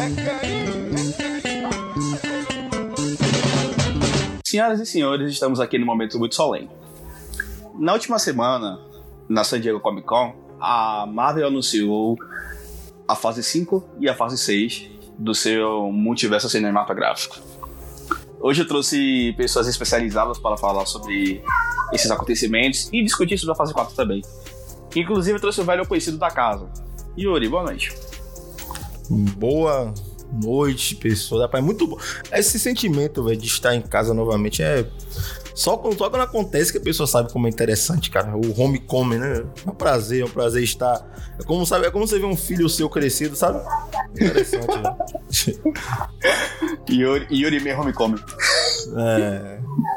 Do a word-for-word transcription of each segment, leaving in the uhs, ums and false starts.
Senhoras e senhores, estamos aqui num momento muito solene. Na última semana, na San Diego Comic Con, a Marvel anunciou a fase cinco e a fase seis do seu multiverso cinematográfico. Hoje eu trouxe pessoas especializadas para falar sobre esses acontecimentos e discutir sobre a fase quatro também. Inclusive eu trouxe o velho conhecido da casa. Yuri, boa noite. Boa noite, pessoal. É muito bom. Esse sentimento, véio, de estar em casa novamente é... Só quando, só quando acontece que a pessoa sabe como é interessante, cara. O homecoming, né? É um prazer, é um prazer estar... É como, sabe, é como você ver um filho seu crescido, sabe? Interessante, né? Yuri, Yuri meu homecoming. É...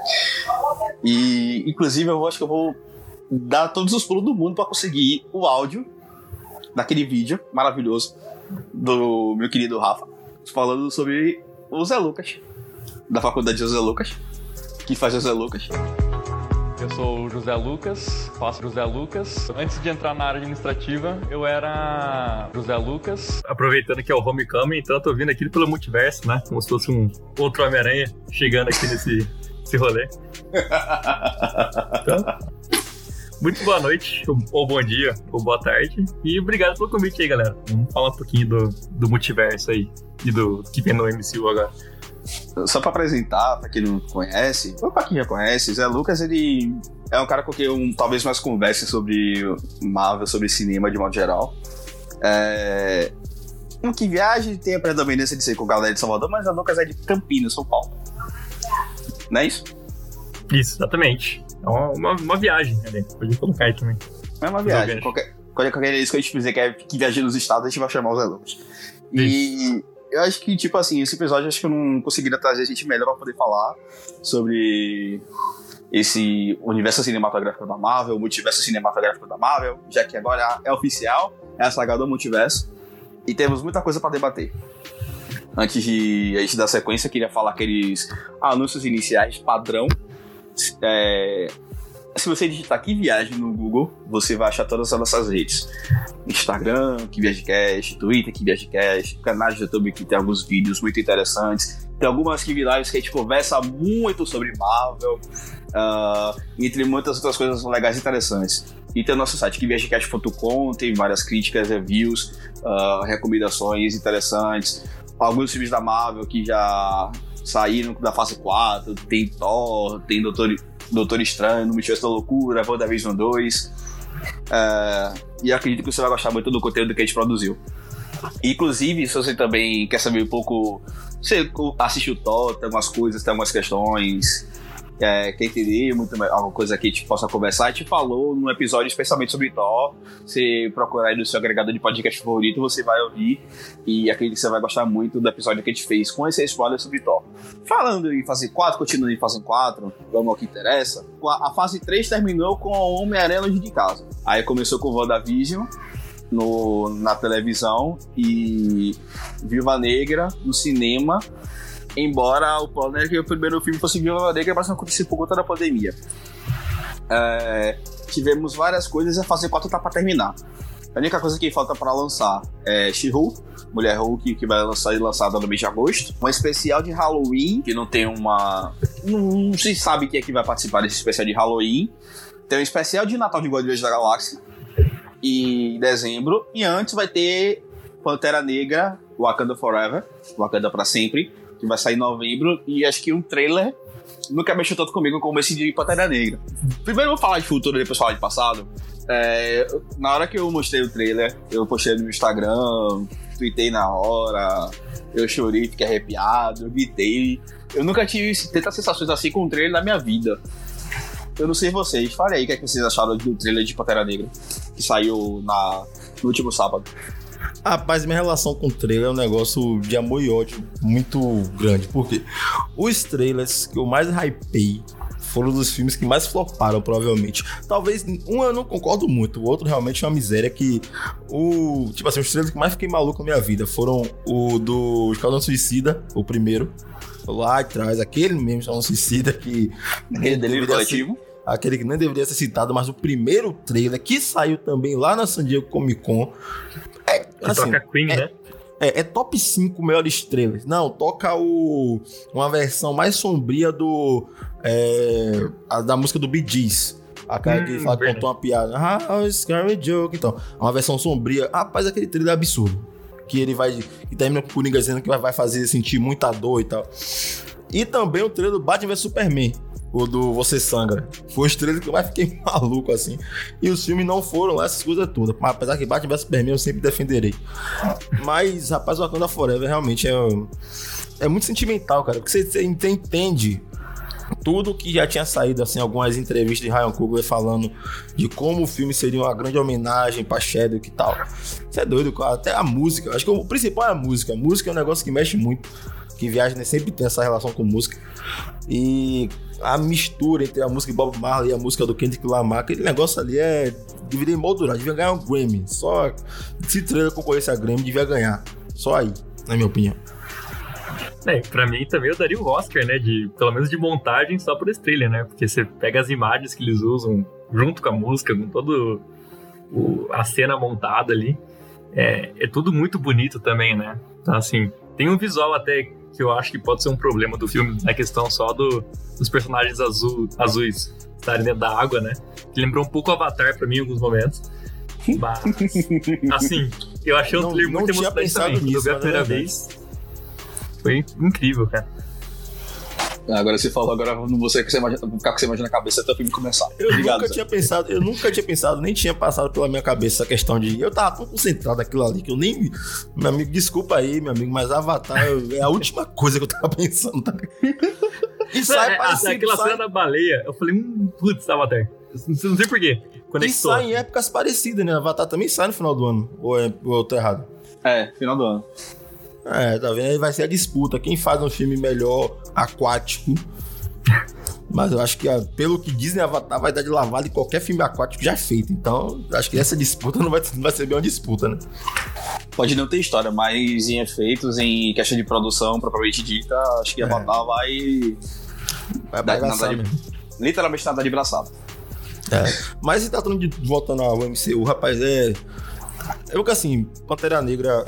E, inclusive, eu acho que eu vou dar todos os pulos do mundo para conseguir o áudio daquele vídeo maravilhoso do meu querido Rafa, falando sobre o Zé Lucas, da faculdade José Lucas, que faz José Lucas. Eu sou o José Lucas, faço José Lucas. Antes de entrar na área administrativa, eu era José Lucas. Aproveitando que é o Homecoming, então eu tô vindo aqui pelo multiverso, né? Como se fosse um outro Homem-Aranha chegando aqui nesse, nesse rolê. Então, muito boa noite, ou bom dia, ou boa tarde. E obrigado pelo convite aí, galera. Vamos falar um pouquinho do, do multiverso aí e do que vem no M C U agora. Só pra apresentar, pra quem não conhece, ou pra quem já conhece, Zé Lucas, ele é um cara com quem eu talvez mais converse sobre Marvel, sobre cinema de modo geral. É... Um que viaja tem a predominância de ser com a galera de Salvador, mas Zé Lucas é de Campinas, São Paulo. Não é isso? Isso, exatamente. É uma, uma, uma viagem, né? Pode colocar aí também. É uma viagem. Qualquer, qualquer isso que a gente fizer que é que viaja nos estados, a gente vai chamar o Zé Lucas. E... Isso. Eu acho que, tipo assim, esse episódio acho que eu não conseguiria trazer gente melhor pra poder falar sobre esse universo cinematográfico da Marvel, o multiverso cinematográfico da Marvel, já que agora é oficial, é a saga do multiverso, e temos muita coisa pra debater. Antes de a gente dar sequência, eu queria falar aqueles anúncios iniciais padrão. É... Se você digitar Que Viagem no Google, você vai achar todas as nossas redes. Instagram, Que Viagecast, Twitter, Que Viagecast, canais do YouTube que tem alguns vídeos muito interessantes. Tem algumas Que Lives que a gente conversa muito sobre Marvel, uh, entre muitas outras coisas legais e interessantes. E tem o nosso site, que viagecast ponto com, tem várias críticas, reviews, uh, recomendações interessantes. Alguns filmes da Marvel que já saíram da fase quatro, tem Thor, tem Doutor... Doutor Estranho, no Multiverso da Loucura, WandaVision dois. Uh, e acredito que você vai gostar muito do conteúdo que a gente produziu. Inclusive, se você também quer saber um pouco, você assistiu o Thor, tem algumas coisas, tem algumas questões, é, quer entender muito, alguma coisa que a gente possa conversar, a gente falou num episódio especialmente sobre Thor. Você procurar aí no seu agregador de podcast favorito, você vai ouvir, e acredito que você vai gostar muito do episódio que a gente fez com esse spoiler sobre Thor. Falando em fase quatro, continuando em fase quatro, vamos ao que interessa. A fase três terminou com o Homem-Aranha longe de casa. Aí começou com o WandaVision no, na televisão e Viúva Negra no cinema. Embora o plano é que o primeiro filme fosse Viúva Negra, mas não aconteceu por conta da pandemia. É, tivemos várias coisas e a fase quatro tá pra terminar. A única coisa que falta pra lançar é She-Hulk, Mulher Hulk, que vai ser lançada no mês de agosto. Um especial de Halloween, que não tem uma... Não, não se sabe quem é que vai participar desse especial de Halloween. Tem um especial de Natal de Guardiões da Galáxia, em dezembro. E antes vai ter Pantera Negra, Wakanda Forever, Wakanda pra sempre, que vai sair em novembro, e acho que um trailer nunca mexeu tanto comigo como esse de Pantera Negra. Primeiro eu vou falar de futuro, depois falar de passado. É, na hora que eu mostrei o trailer, eu postei no Instagram, tuitei na hora, eu chorei, fiquei arrepiado, eu gritei. Eu nunca tive tantas sensações assim com um trailer na minha vida. Eu não sei vocês, fale aí o que, é que vocês acharam do trailer de Pantera Negra, que saiu na, no último sábado. Rapaz, minha relação com o trailer é um negócio de amor e ódio muito grande, porque os trailers que eu mais hypei foram dos filmes que mais floparam, provavelmente. Talvez, um eu não concordo muito, o outro realmente é uma miséria que... o Tipo assim, os trailers que mais fiquei maluco na minha vida foram o do Esquadrão Suicida, o primeiro, lá atrás, aquele mesmo Esquadrão Suicida que... Aquele delírio coletivo. Aquele que nem deveria ser citado, mas o primeiro trailer que saiu também lá na San Diego Comic Con... É, assim, toca Queen, é, né? É, é top cinco melhores trailers. Não, toca o, uma versão mais sombria do é, a, da música do Bee Gees. A cara hum, que fala, contou uma piada. Ah, scary joke. Então, uma versão sombria. Rapaz, aquele trailer é absurdo. Que ele vai... Que termina com o Coringa dizendo que vai fazer sentir muita dor e tal. E também o trailer do Batman versus Superman. O do Você Sangra. Foi os trailers que eu mais fiquei maluco, assim. E os filmes não foram essas coisas todas. Apesar que Batman versus Superman eu sempre defenderei. Mas, rapaz, o Wakanda Forever realmente é... É muito sentimental, cara. Porque você, você entende... Tudo que já tinha saído, assim, algumas entrevistas de Ryan Coogler falando de como o filme seria uma grande homenagem pra Chadwick e tal. Você é doido, cara. Até a música. Acho que o principal é a música. A música é um negócio que mexe muito. Que Viagem, né, sempre tem essa relação com música. E a mistura entre a música de Bob Marley e a música do Kendrick Lamar, aquele negócio ali é... Deveria emoldurar, devia ganhar um Grammy. Só se trailer concorresse a Grammy, devia ganhar. Só aí, na minha opinião. É, pra mim também eu daria o Oscar, né, de, pelo menos de montagem só por esse trailer, né, porque você pega as imagens que eles usam junto com a música, com toda a cena montada ali, é, é tudo muito bonito também, né, então assim, tem um visual até que eu acho que pode ser um problema do filme, na questão só do, dos personagens azul, azuis estarem dentro da água, né, que lembrou um pouco o Avatar pra mim em alguns momentos, mas, assim, eu achei um trailer muito emocionante também, quando eu vi a primeira vez... Foi incrível, cara. Agora você falou, agora não vou ser que você imagina, vou ficar com você imagina na cabeça até o filme começar. Eu Obrigado, nunca Zé. tinha pensado, eu nunca tinha pensado, nem tinha passado pela minha cabeça essa questão de... Eu tava tão concentrado naquilo ali que eu nem... Meu amigo, desculpa aí, meu amigo, mas Avatar é a última coisa que eu tava pensando, tá? E sai é, parecido, aquela sai... cena da baleia, eu falei, hum, putz, Avatar. Não sei porquê. E sai em épocas parecidas, né? Avatar também sai no final do ano. Ou, é, ou eu tô errado? É, final do ano. É, tá vendo? Aí vai ser a disputa. Quem faz um filme melhor aquático. Mas eu acho que, pelo que dizem, Avatar vai dar de lavada em qualquer filme aquático já feito. Então, acho que essa disputa não vai, não vai ser bem uma disputa, né? Pode não ter história, mas em efeitos, em questão de produção, propriamente dita, acho que é. Avatar vai... Vai bagaçar, de, literalmente nada de braçada. É. Mas se tá falando de voltando ao M C U, rapaz, é... É porque assim, Pantera Negra...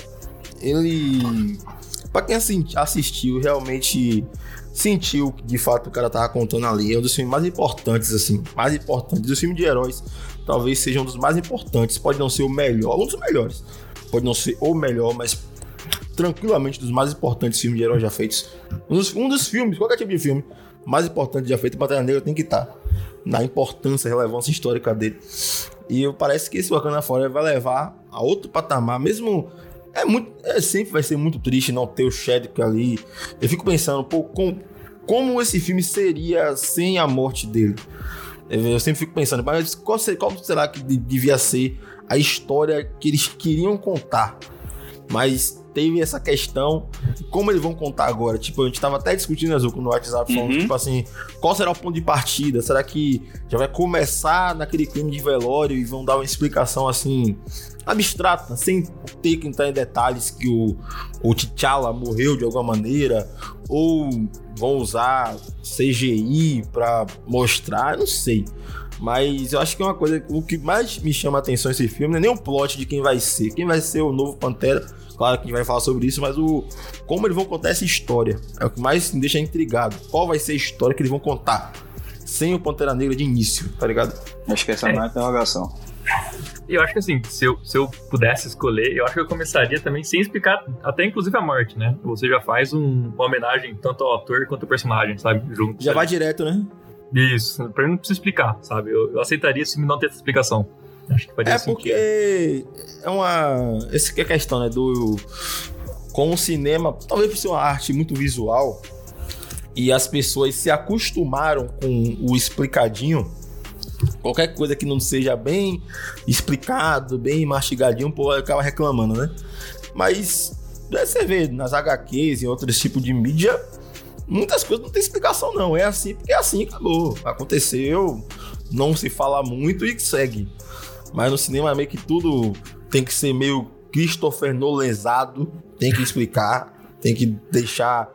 Ele, pra quem assistiu, realmente sentiu que de fato o cara tava contando ali. É um dos filmes mais importantes, assim, mais importantes. Dos filmes de heróis, talvez seja um dos mais importantes. Pode não ser o melhor, um dos melhores. Pode não ser o melhor, mas tranquilamente dos mais importantes filmes de heróis já feitos. Um dos, um dos filmes, qualquer tipo de filme, mais importante já feito, Pantera Negra tem que estar na importância, relevância histórica dele. E parece que esse Wakanda Forever vai levar a outro patamar, mesmo... É muito, é, sempre vai ser muito triste não ter o Chadwick ali. Eu fico pensando, pô, com, como esse filme seria sem a morte dele? Eu sempre fico pensando, mas qual, ser, qual será que devia ser a história que eles queriam contar? Mas teve essa questão, como eles vão contar agora? Tipo, a gente tava até discutindo, Azuko, no WhatsApp, falando, uhum. tipo assim, qual será o ponto de partida? Será que já vai começar naquele clima de velório e vão dar uma explicação, assim, abstrata, sem ter que entrar em detalhes que o, o T'Challa morreu de alguma maneira, ou vão usar C G I pra mostrar, não sei. Mas eu acho que é uma coisa, o que mais me chama a atenção nesse filme não é nem o plot de quem vai ser, quem vai ser o novo Pantera. Claro que a gente vai falar sobre isso, mas o como eles vão contar essa história é o que mais me deixa intrigado. Qual vai ser a história que eles vão contar sem o Pantera Negra de início, tá ligado? Acho que essa é a maior interrogação. Eu acho que assim, se eu, se eu pudesse escolher, eu acho que eu começaria também sem explicar até inclusive a morte, né? Você já faz um, uma homenagem tanto ao ator quanto ao personagem, sabe? Junto, já sabe? Vai direto, né? Isso, pra mim não precisa explicar, sabe? Eu, eu aceitaria se me não ter essa explicação. Acho que faria é sentido. Porque é uma... Essa que é a questão, né? Do... Com o cinema, talvez por ser uma arte muito visual, e as pessoas se acostumaram com o explicadinho, qualquer coisa que não seja bem explicado, bem mastigadinho, o povo acaba reclamando, né? Mas você vê nas agá quês e outros tipos de mídia, muitas coisas não tem explicação não, é assim porque é assim, acabou, aconteceu, não se fala muito e segue. Mas no cinema meio que tudo tem que ser meio Christopher Nolanzado, tem que explicar, tem que deixar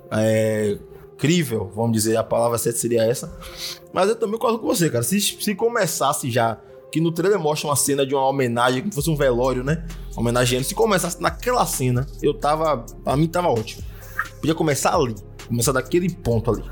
é, crível, vamos dizer, a palavra certa seria essa. Mas eu também concordo com você, cara, se, se começasse já que no trailer mostra uma cena de uma homenagem, como se fosse um velório, né? Homenageando. Se começasse naquela cena, eu tava... Pra mim tava ótimo. Podia começar ali. Começar daquele ponto ali.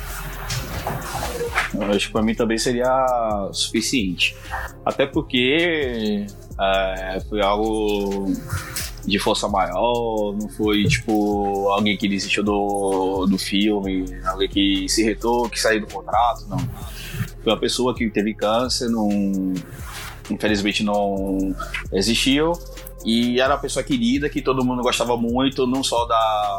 Eu acho que pra mim também seria suficiente. Até porque é, foi algo de força maior, não foi tipo alguém que desistiu do, do filme, alguém que se retou, que saiu do contrato, não. Foi uma pessoa que teve câncer, não, infelizmente não existiu, e era uma pessoa querida, que todo mundo gostava muito, não só da...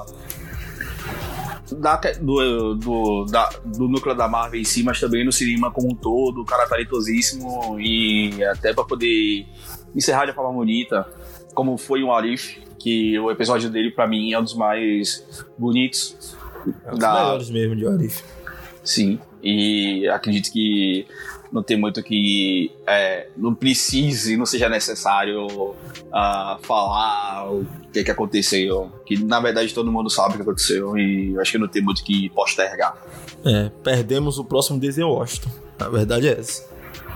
Da, do, do, da, do núcleo da Marvel em si, mas também no cinema como um todo, um cara talentosíssimo, e até pra poder encerrar de forma bonita, como foi o Arif, que o episódio dele pra mim é um dos mais bonitos. É um dos da... melhores mesmo de Arif. Sim, e acredito que não tem muito que é, não precise, não seja necessário uh, falar o que, que aconteceu, que na verdade todo mundo sabe o que aconteceu, e eu acho que não tem muito que postergar. É, perdemos o próximo Denzel Washington, a verdade é essa.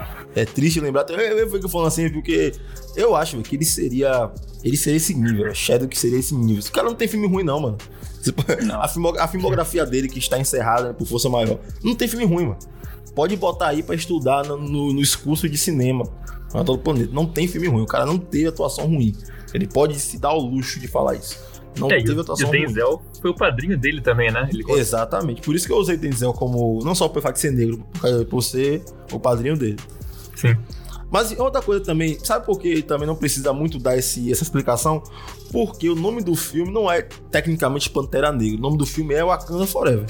É triste lembrar, eu, eu fico falando assim porque eu acho que ele seria ele seria esse nível, Shadow que seria esse nível. Esse cara não tem filme ruim não, mano. Não. A, filmo, a filmografia dele que está encerrada, né, por força maior, não tem filme ruim, mano. Pode botar aí pra estudar no, no, nos cursos de cinema pra todo o planeta. Não tem filme ruim. O cara não teve atuação ruim. Ele pode se dar o luxo de falar isso. Não é, teve atuação ruim. E o Denzel ruim. Foi o padrinho dele também, né? Ele Exatamente. Por isso que eu usei Denzel como... Não só pelo fato de ser negro, por ser o padrinho dele. Sim. Mas outra coisa também... Sabe por que também não precisa muito dar esse, essa explicação? Porque o nome do filme não é tecnicamente Pantera Negra. O nome do filme é Wakanda Forever.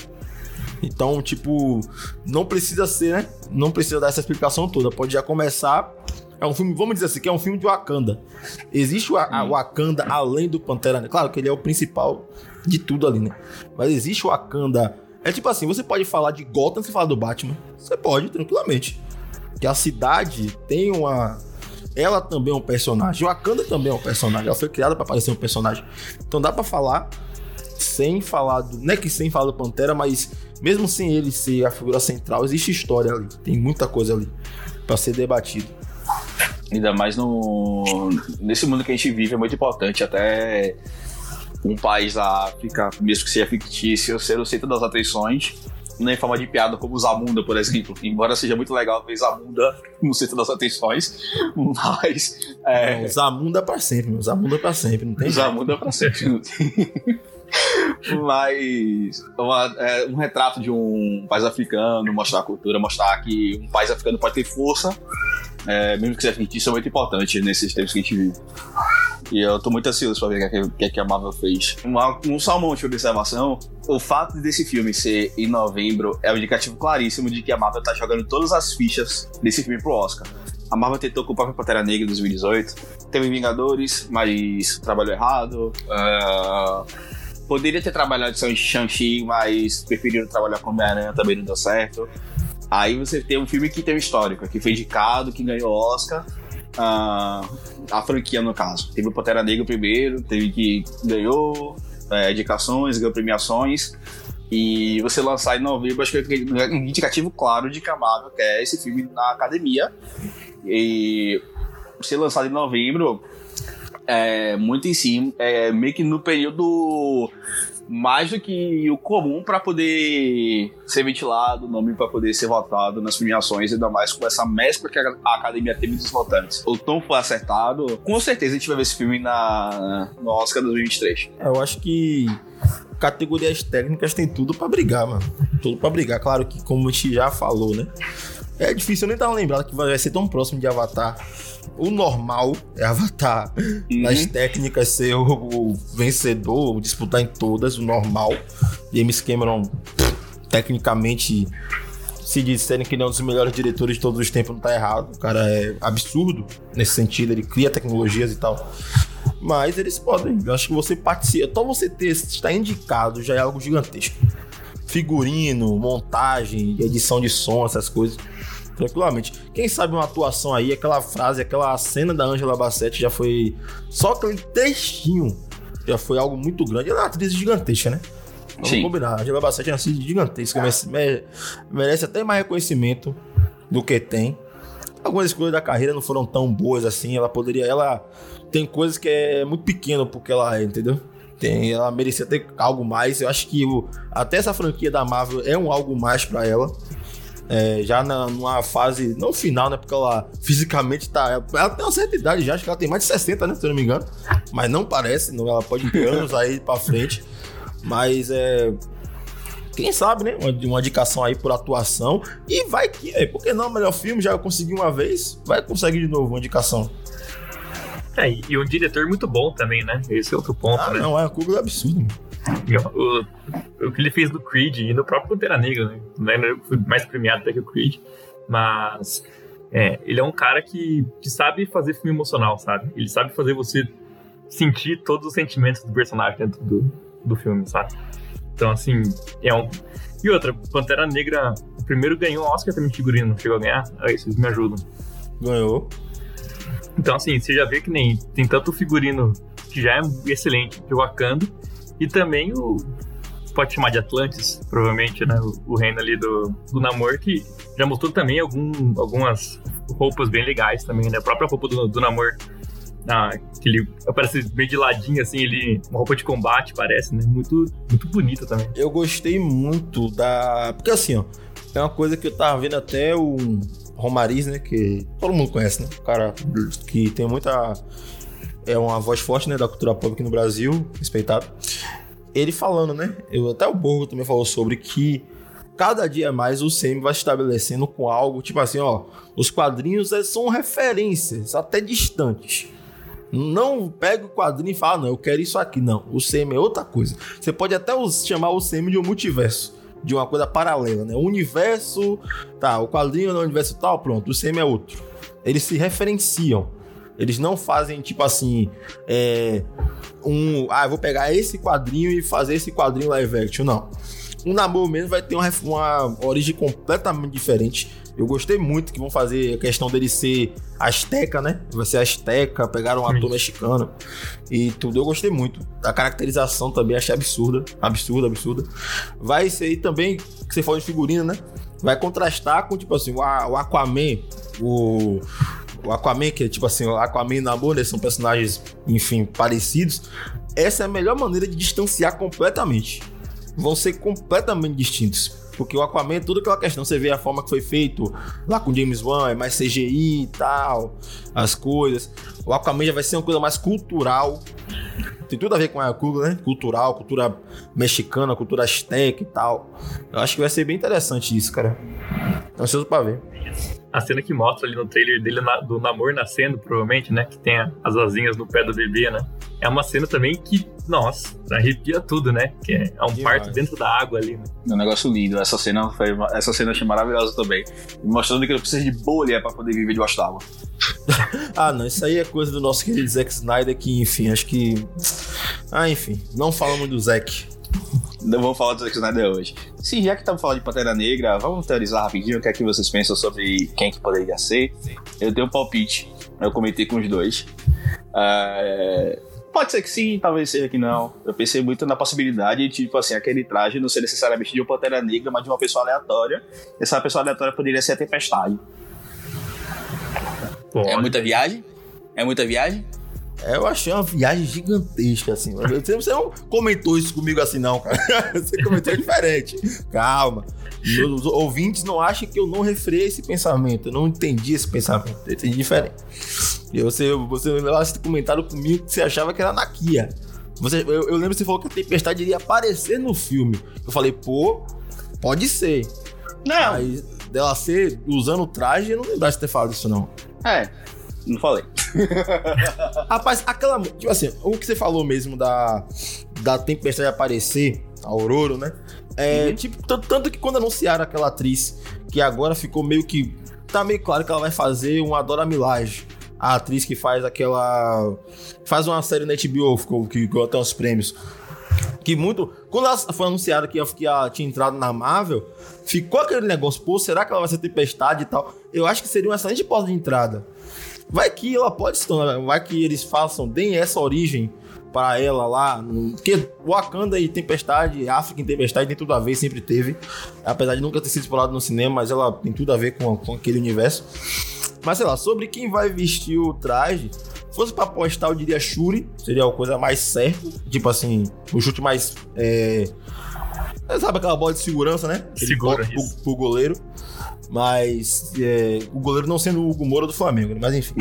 Então, tipo, não precisa ser, né? Não precisa dar essa explicação toda. Pode já começar. É um filme, vamos dizer assim, que é um filme de Wakanda. Existe o hum. Wakanda além do Pantera Negra. Claro que ele é o principal de tudo ali, né? Mas existe o Wakanda. É tipo assim, você pode falar de Gotham sem falar do Batman. Você pode, tranquilamente. Que a cidade tem uma... Ela também é um personagem. O Wakanda também é um personagem. Ela foi criada pra parecer um personagem. Então dá pra falar sem falar do... Não é que sem falar do Pantera, mas... Mesmo sem ele ser a figura central, existe história ali. Tem muita coisa ali pra ser debatido. Ainda mais no... nesse mundo que a gente vive, é muito importante até um país da África, mesmo que seja fictício, ser o centro das atenções, não em forma de piada como o Zamunda, por exemplo. Embora seja muito legal ver Zamunda no centro das atenções, mas... É... Não, Zamunda é pra sempre, meu. Zamunda é pra sempre, não tem Zamunda é pra sempre. Mas uma, é, um retrato de um país africano, mostrar a cultura, mostrar que um país africano pode ter força, é, mesmo que seja fictício, é muito importante nesses tempos que a gente vive. E eu tô muito ansioso pra ver o que, que a Marvel fez. Uma, um só monte de observação: o fato desse filme ser em novembro é um indicativo claríssimo de que a Marvel tá jogando todas as fichas desse filme pro Oscar. A Marvel tentou com o próprio Pantera Negra em dois mil e dezoito, teve Vingadores, mas trabalhou errado. Uh, Poderia ter trabalhado em Shang-Chi, mas preferiram trabalhar com Homem-Aranha, também não deu certo. Aí você tem um filme que tem um histórico, que foi indicado, que ganhou Oscar, uh, a franquia no caso. Teve o Pantera Negra primeiro, teve que ganhou é, indicações, ganhou premiações. E você lançar em novembro, acho que é um indicativo claro de que a Marvel quer esse filme na academia. E ser lançado em novembro... É, muito em cima, é, meio que no período mais do que o comum para poder ser ventilado, o nome para poder ser votado nas premiações, ainda mais com essa mescla que a academia teve dos votantes. O tom foi acertado, com certeza a gente vai ver esse filme na, no Oscar dois mil e vinte e três. É, eu acho que categorias técnicas tem tudo para brigar, mano. Tudo para brigar, claro que como a gente já falou, né? É difícil, eu nem tava lembrado que vai ser tão próximo de Avatar. O normal é Avatar, uhum. Nas técnicas ser o, o vencedor, disputar em todas, o normal. James Cameron, tecnicamente, se disserem que ele é um dos melhores diretores de todos os tempos, não tá errado. O cara é absurdo nesse sentido, ele cria tecnologias e tal. Mas eles podem, eu acho que você participa, só você ter, estar indicado já é algo gigantesco. Figurino, montagem, edição de som, essas coisas. Tranquilamente. Quem sabe uma atuação aí, aquela frase, aquela cena da Angela Bassett já foi... Só aquele textinho já foi algo muito grande. Ela é uma atriz gigantesca, né? Vamos Sim. combinar. A Angela Bassett é uma atriz gigantesca. Merece, merece até mais reconhecimento do que tem. algumas escolhas da carreira não foram tão boas assim. Ela poderia... Ela tem coisas que é muito pequeno porque ela é, entendeu? Tem, ela merecia ter algo mais. Eu acho que o, até essa franquia da Marvel é um algo mais pra ela. É, já na, numa fase, não final, né? Porque ela fisicamente tá... Ela, ela tem uma certa idade já, acho que ela tem mais de sessenta, né? Se eu não me engano. Mas não parece, não, ela pode ter anos aí pra frente. Mas é... Quem sabe, né? Uma, uma indicação aí por atuação. E vai que... É, porque não, o melhor filme, já consegui uma vez, vai conseguir de novo uma indicação. É, e um diretor muito bom também, né? Esse é outro ponto, ah, né? Não, é um Coogler absurdo, mano. O, o que ele fez no Creed e no próprio Pantera Negra, né? Não foi mais premiado até que o Creed, mas é, ele é um cara que, que sabe fazer filme emocional, sabe? Ele sabe fazer você sentir todos os sentimentos do personagem dentro do, do filme, sabe? Então, assim, é um... E outra, Pantera Negra, o primeiro ganhou um Oscar também de figurino, não chegou a ganhar? Aí vocês me ajudam. Ganhou. Então, assim, você já vê que nem tem tanto figurino que já é excelente de Wakanda, e também o... Pode chamar de Atlantis, provavelmente, né? O, o reino ali do, do Namor, que já mostrou também algum, algumas roupas bem legais também, né? A própria roupa do, do Namor, ah, que ele aparece bem de ladinho, assim, ele, uma roupa de combate, parece, né? Muito, muito bonita também. Eu gostei muito da... Porque, assim, ó, é uma coisa que eu tava vendo até o Romariz, né? Que todo mundo conhece, né? O cara que tem muita... É uma voz forte, né, da cultura pop aqui no Brasil, respeitado. Ele falando, né, eu, até o Borgo também falou sobre que cada dia mais o C M vai se estabelecendo com algo, tipo assim, ó, os quadrinhos são referências, até distantes. Não pega o quadrinho e fala, não, eu quero isso aqui, não. O C M é outra coisa. Você pode até chamar o C M de um multiverso, de uma coisa paralela, né? O universo, tá, o quadrinho é no universo tal, pronto, o C M é outro. Eles se referenciam. Eles não fazem, tipo assim, é, um... Ah, eu vou pegar esse quadrinho e fazer esse quadrinho live action. Não. O Namor mesmo vai ter uma, uma origem completamente diferente. Eu gostei muito que vão fazer a questão dele ser asteca, né? Vai ser asteca, pegaram um ator mexicano e tudo. Eu gostei muito. A caracterização também achei absurda. Absurda, absurda. Vai ser também, que você falou de figurino, né? Vai contrastar com, tipo assim, o Aquaman, o... O Aquaman, que é tipo assim, o Aquaman e Namor, né, são personagens, enfim, parecidos. Essa é a melhor maneira de distanciar completamente. Vão ser completamente distintos. Porque o Aquaman é toda aquela questão. Você vê a forma que foi feito lá com James Wan, é mais C G I e tal, as coisas. O Aquaman já vai ser uma coisa mais cultural. Tem tudo a ver com a cultura, né? Cultural, cultura mexicana, cultura azteca e tal. Eu acho que vai ser bem interessante isso, cara. Tô ansioso pra ver. A cena que mostra ali no trailer dele na, do Namor nascendo, provavelmente, né? Que tem a, as asinhas no pé do bebê, né? É uma cena também que, nossa, arrepia tudo, né? Que é, é um Demais. Parto dentro da água ali, né? É um negócio lindo. Essa cena, foi, essa cena eu achei maravilhosa também. Mostrando que não precisa de bolha pra poder viver debaixo d'água. Ah, não. Isso aí é coisa do nosso querido Zack Snyder que, enfim, acho que... Ah, enfim. Não falamos do Zack. Não vou falar do Zack Snyder hoje. Sim, já que estamos falando de Pantera Negra, vamos teorizar rapidinho o que é que vocês pensam sobre quem que poderia ser. Eu tenho um palpite, eu comentei com os dois. É... Pode ser que sim, talvez seja que não. Eu pensei muito na possibilidade de, tipo assim, aquele traje não ser necessariamente de um Pantera Negra, mas de uma pessoa aleatória. Essa pessoa aleatória poderia ser a Tempestade. Pode. É muita viagem? É muita viagem? Eu achei uma viagem gigantesca, assim. Você não comentou isso comigo assim, não, cara. Você comentou diferente. Calma. Os ouvintes não acham que eu não refrei esse pensamento. Eu não entendi esse pensamento. Eu entendi diferente. E você, você lá esse comentário comigo que você achava que era Nakia. Você, eu, eu lembro que você falou que a Tempestade iria aparecer no filme. Eu falei, pô, pode ser. Não. Aí, dela ser usando o traje, eu não lembrava de ter falado isso, não. É. Não falei. Rapaz, aquela... Tipo assim, o que você falou mesmo da, da Tempestade aparecer, a Aurora, né? É, uhum. Tipo, tanto, tanto que quando anunciaram aquela atriz, que agora ficou meio que... Tá meio claro que ela vai fazer uma Dora Milaje. A atriz que faz aquela... Faz uma série na H B O, ficou, que ganhou até uns prêmios. Que muito... Quando ela foi anunciada que, que ela tinha entrado na Marvel, ficou aquele negócio, pô, será que ela vai ser Tempestade e tal? Eu acho que seria uma excelente porta de entrada. Vai que ela pode se tornar, vai que eles façam, deem essa origem para ela lá, porque Wakanda e Tempestade, África e Tempestade tem tudo a ver, sempre teve, apesar de nunca ter sido explorado no cinema, mas ela tem tudo a ver com, com aquele universo. Mas sei lá, sobre quem vai vestir o traje, se fosse pra apostar, eu diria Shuri, seria a coisa mais certa. Tipo assim, o chute mais. É... Sabe aquela bola de segurança, né? Segura pro, pro goleiro. Mas é, o goleiro não sendo o Hugo Moura do Flamengo, né? Mas enfim.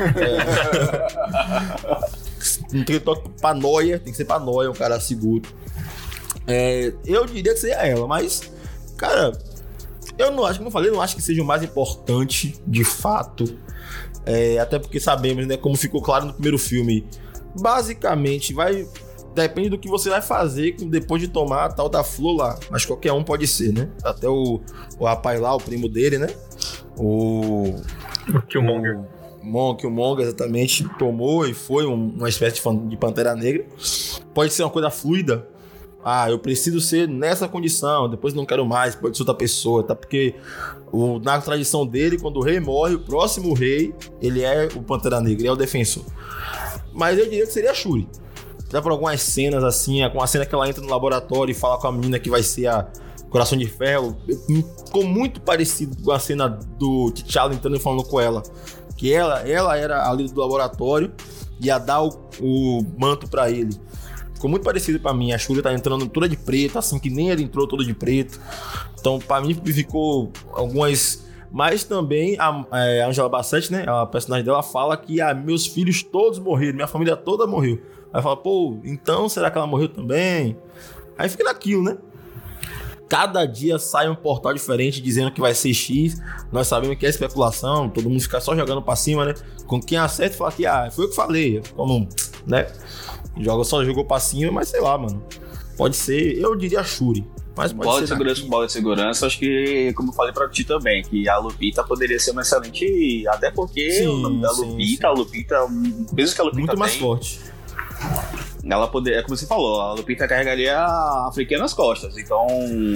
é... Não tem que toque pra Noia, tem que ser pra Noia, um cara seguro. É, eu diria que seria ela, mas, cara, eu não acho, como eu falei, eu não acho que seja o mais importante, de fato. É, até porque sabemos, né, como ficou claro no primeiro filme, basicamente vai... Depende do que você vai fazer depois de tomar a tal da flor lá. Mas qualquer um pode ser, né? Até o, o rapaz lá, o primo dele, né? O... O Killmonger. O Killmonger, exatamente, tomou e foi um, uma espécie de, fan, de Pantera Negra. Pode ser uma coisa fluida. Ah, eu preciso ser nessa condição, depois não quero mais, pode ser outra pessoa, tá? Porque o, na tradição dele, quando o rei morre, o próximo rei, ele é o Pantera Negra, ele é o defensor. Mas eu diria que seria a Shuri. Dá por algumas cenas assim, com a cena que ela entra no laboratório e fala com a menina que vai ser a Coração de Ferro, ficou muito parecido com a cena do T'Challa entrando e falando com ela. Que ela, ela era a líder do laboratório e ia dar o, o manto pra ele. Ficou muito parecido pra mim. A Shuri tá entrando toda de preto, assim que nem ele entrou toda de preto. Então, pra mim, ficou algumas... Mas também a, a Angela Bassett, né, a personagem dela, fala que ah, meus filhos todos morreram, minha família toda morreu. Aí fala, pô, então será que ela morreu também? Aí fica naquilo, né? Cada dia sai um portal diferente dizendo que vai ser X. Nós sabemos que é especulação, todo mundo fica só jogando pra cima, né? Com quem acerta e fala que, ah, foi eu que falei. Como, né? Joga, só jogou pra cima, mas sei lá, mano. Pode ser, eu diria Shuri. Mas pode bola ser de segurança com bola de segurança, acho que, como eu falei pra ti também, que a Lupita poderia ser uma excelente. Até porque sim, o nome da sim, Lupita, sim. a Lupita, mesmo que a Lupita muito tem, mais forte. Ela poderia, é como você falou, a Lupita carregaria a Africana nas costas, então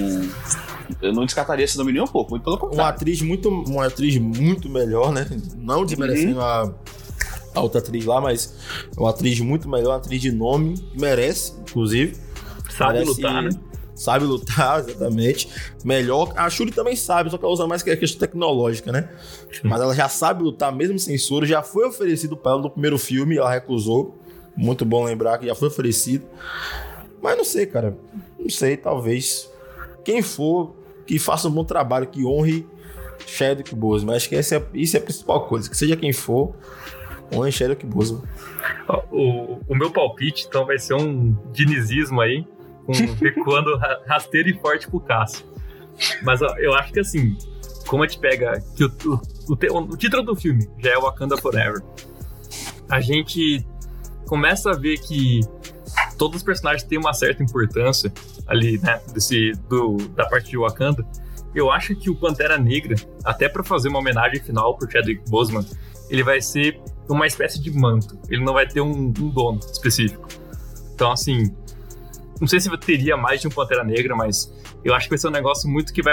eu não descartaria esse nome nem um pouco, muito pelo contrário. Uma atriz muito, uma atriz muito melhor, né? Não desmerecendo uhum. a, a outra atriz lá, mas uma atriz muito melhor, uma atriz de nome, que merece, inclusive. Sabe merece, lutar, né? Sabe lutar, exatamente. Melhor. A Shuri também sabe, só que ela usa mais que a questão tecnológica, né? Mas ela já sabe lutar, mesmo sem soro. Já foi oferecido para ela no primeiro filme, ela recusou. Muito bom lembrar que já foi oferecido. Mas não sei, cara. Não sei, talvez. Quem for, que faça um bom trabalho, que honre Chadwick Boseman. Acho que essa é, isso é a principal coisa. Que seja quem for, honre Chadwick Boseman. O, o meu palpite, então, vai ser um dinizismo aí. Um recuando rasteiro e forte pro Cássio. Mas ó, eu acho que assim, como a gente pega que o, o, o, o título do filme já é Wakanda Forever, a gente começa a ver que todos os personagens têm uma certa importância ali, né, desse, do, da parte de Wakanda. Eu acho que o Pantera Negra, até pra fazer uma homenagem final pro Chadwick Boseman, ele vai ser uma espécie de manto, ele não vai ter um, um dono específico. Então assim, não sei se teria mais de um Pantera Negra, mas eu acho que vai ser um negócio muito que vai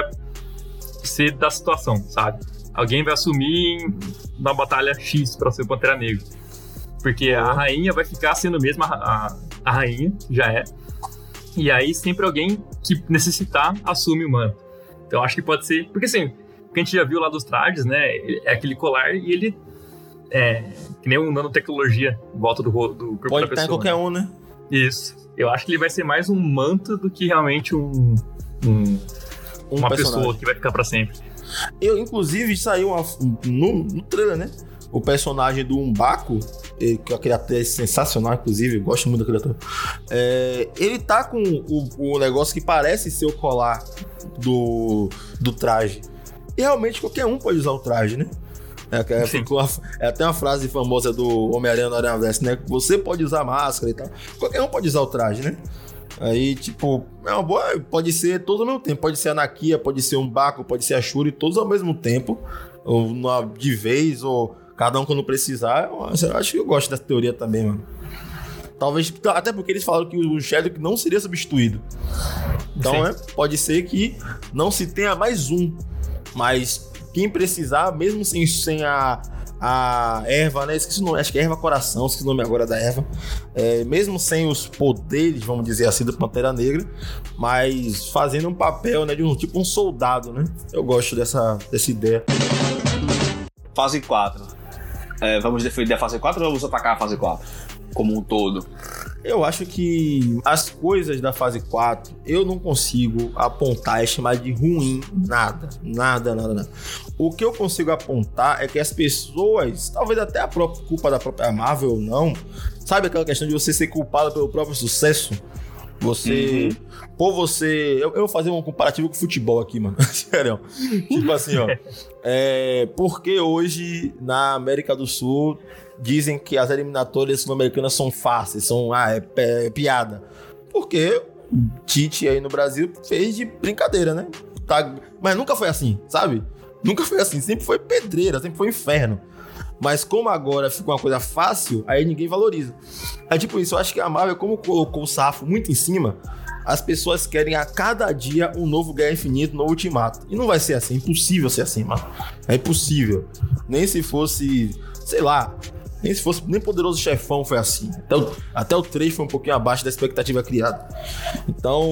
ser da situação, sabe? Alguém vai assumir na batalha X pra ser o Pantera Negra. Porque a rainha vai ficar sendo mesmo a, a, a rainha, já é. E aí sempre alguém que necessitar assume o manto. Então acho que pode ser... Porque assim, o que a gente já viu lá dos trajes, né? É aquele colar e ele... É que nem uma nanotecnologia em volta do, do corpo pode da pessoa. Pode estar em qualquer né? um, né? Isso. Eu acho que ele vai ser mais um manto do que realmente um, um, um uma personagem. pessoa que vai ficar pra sempre. Eu, inclusive, saiu uma, no, no trailer, né? O personagem do M'Baku, que é aquele ator sensacional, inclusive, eu gosto muito daquele ator. É, ele tá com o, o negócio que parece ser o colar do, do traje. E realmente qualquer um pode usar o traje, né? É, é, ficou, é até uma frase famosa do Homem-Aranha no Aranha Verso, né? Você pode usar máscara e tal. Qualquer um pode usar o traje, né? Aí, tipo, é uma boa. Pode ser todos ao mesmo tempo. Pode ser a Nakia, pode ser um M'Baku, pode ser a Shuri, todos ao mesmo tempo. Ou de vez, ou cada um quando precisar. Eu acho que eu gosto dessa teoria também, mano. Talvez, até porque eles falaram que o Chadwick não seria substituído. Então, né, pode ser que não se tenha mais um. Mas quem precisar, mesmo sem, sem a, a erva, né? Esqueci o nome, acho que é erva coração, esqueci o nome agora da erva. É, mesmo sem os poderes, vamos dizer assim, do Pantera Negra, mas fazendo um papel, né, de um tipo um soldado, né? Eu gosto dessa, dessa ideia. Fase quatro. É, vamos defender a fase quatro ou vamos atacar a fase quatro? Como um todo? Eu acho que as coisas da fase quatro, eu não consigo apontar e chamar de ruim nada, nada, nada, nada. O que eu consigo apontar é que as pessoas, talvez até a própria culpa da própria Marvel ou não, sabe aquela questão de você ser culpado pelo próprio sucesso? Você, uhum. Por você, eu, eu vou fazer um comparativo com o futebol aqui, mano, sério, tipo assim, ó, é, porque hoje na América do Sul dizem que as eliminatórias sul-americanas são fáceis, são ah, é, é, é piada. Porque Tite aí no Brasil fez de brincadeira, né? Tá, mas nunca foi assim, sabe? Nunca foi assim, sempre foi pedreira, sempre foi inferno. Mas como agora ficou uma coisa fácil, aí ninguém valoriza. É tipo isso, eu acho que a Marvel, como colocou o sarrafo muito em cima, as pessoas querem a cada dia um novo Guerra Infinita, um novo Ultimato. E não vai ser assim, é impossível ser assim, mano. É impossível. Nem se fosse, sei lá... Nem se fosse, nem Poderoso Chefão foi assim. Até o, até o três foi um pouquinho abaixo da expectativa criada. Então,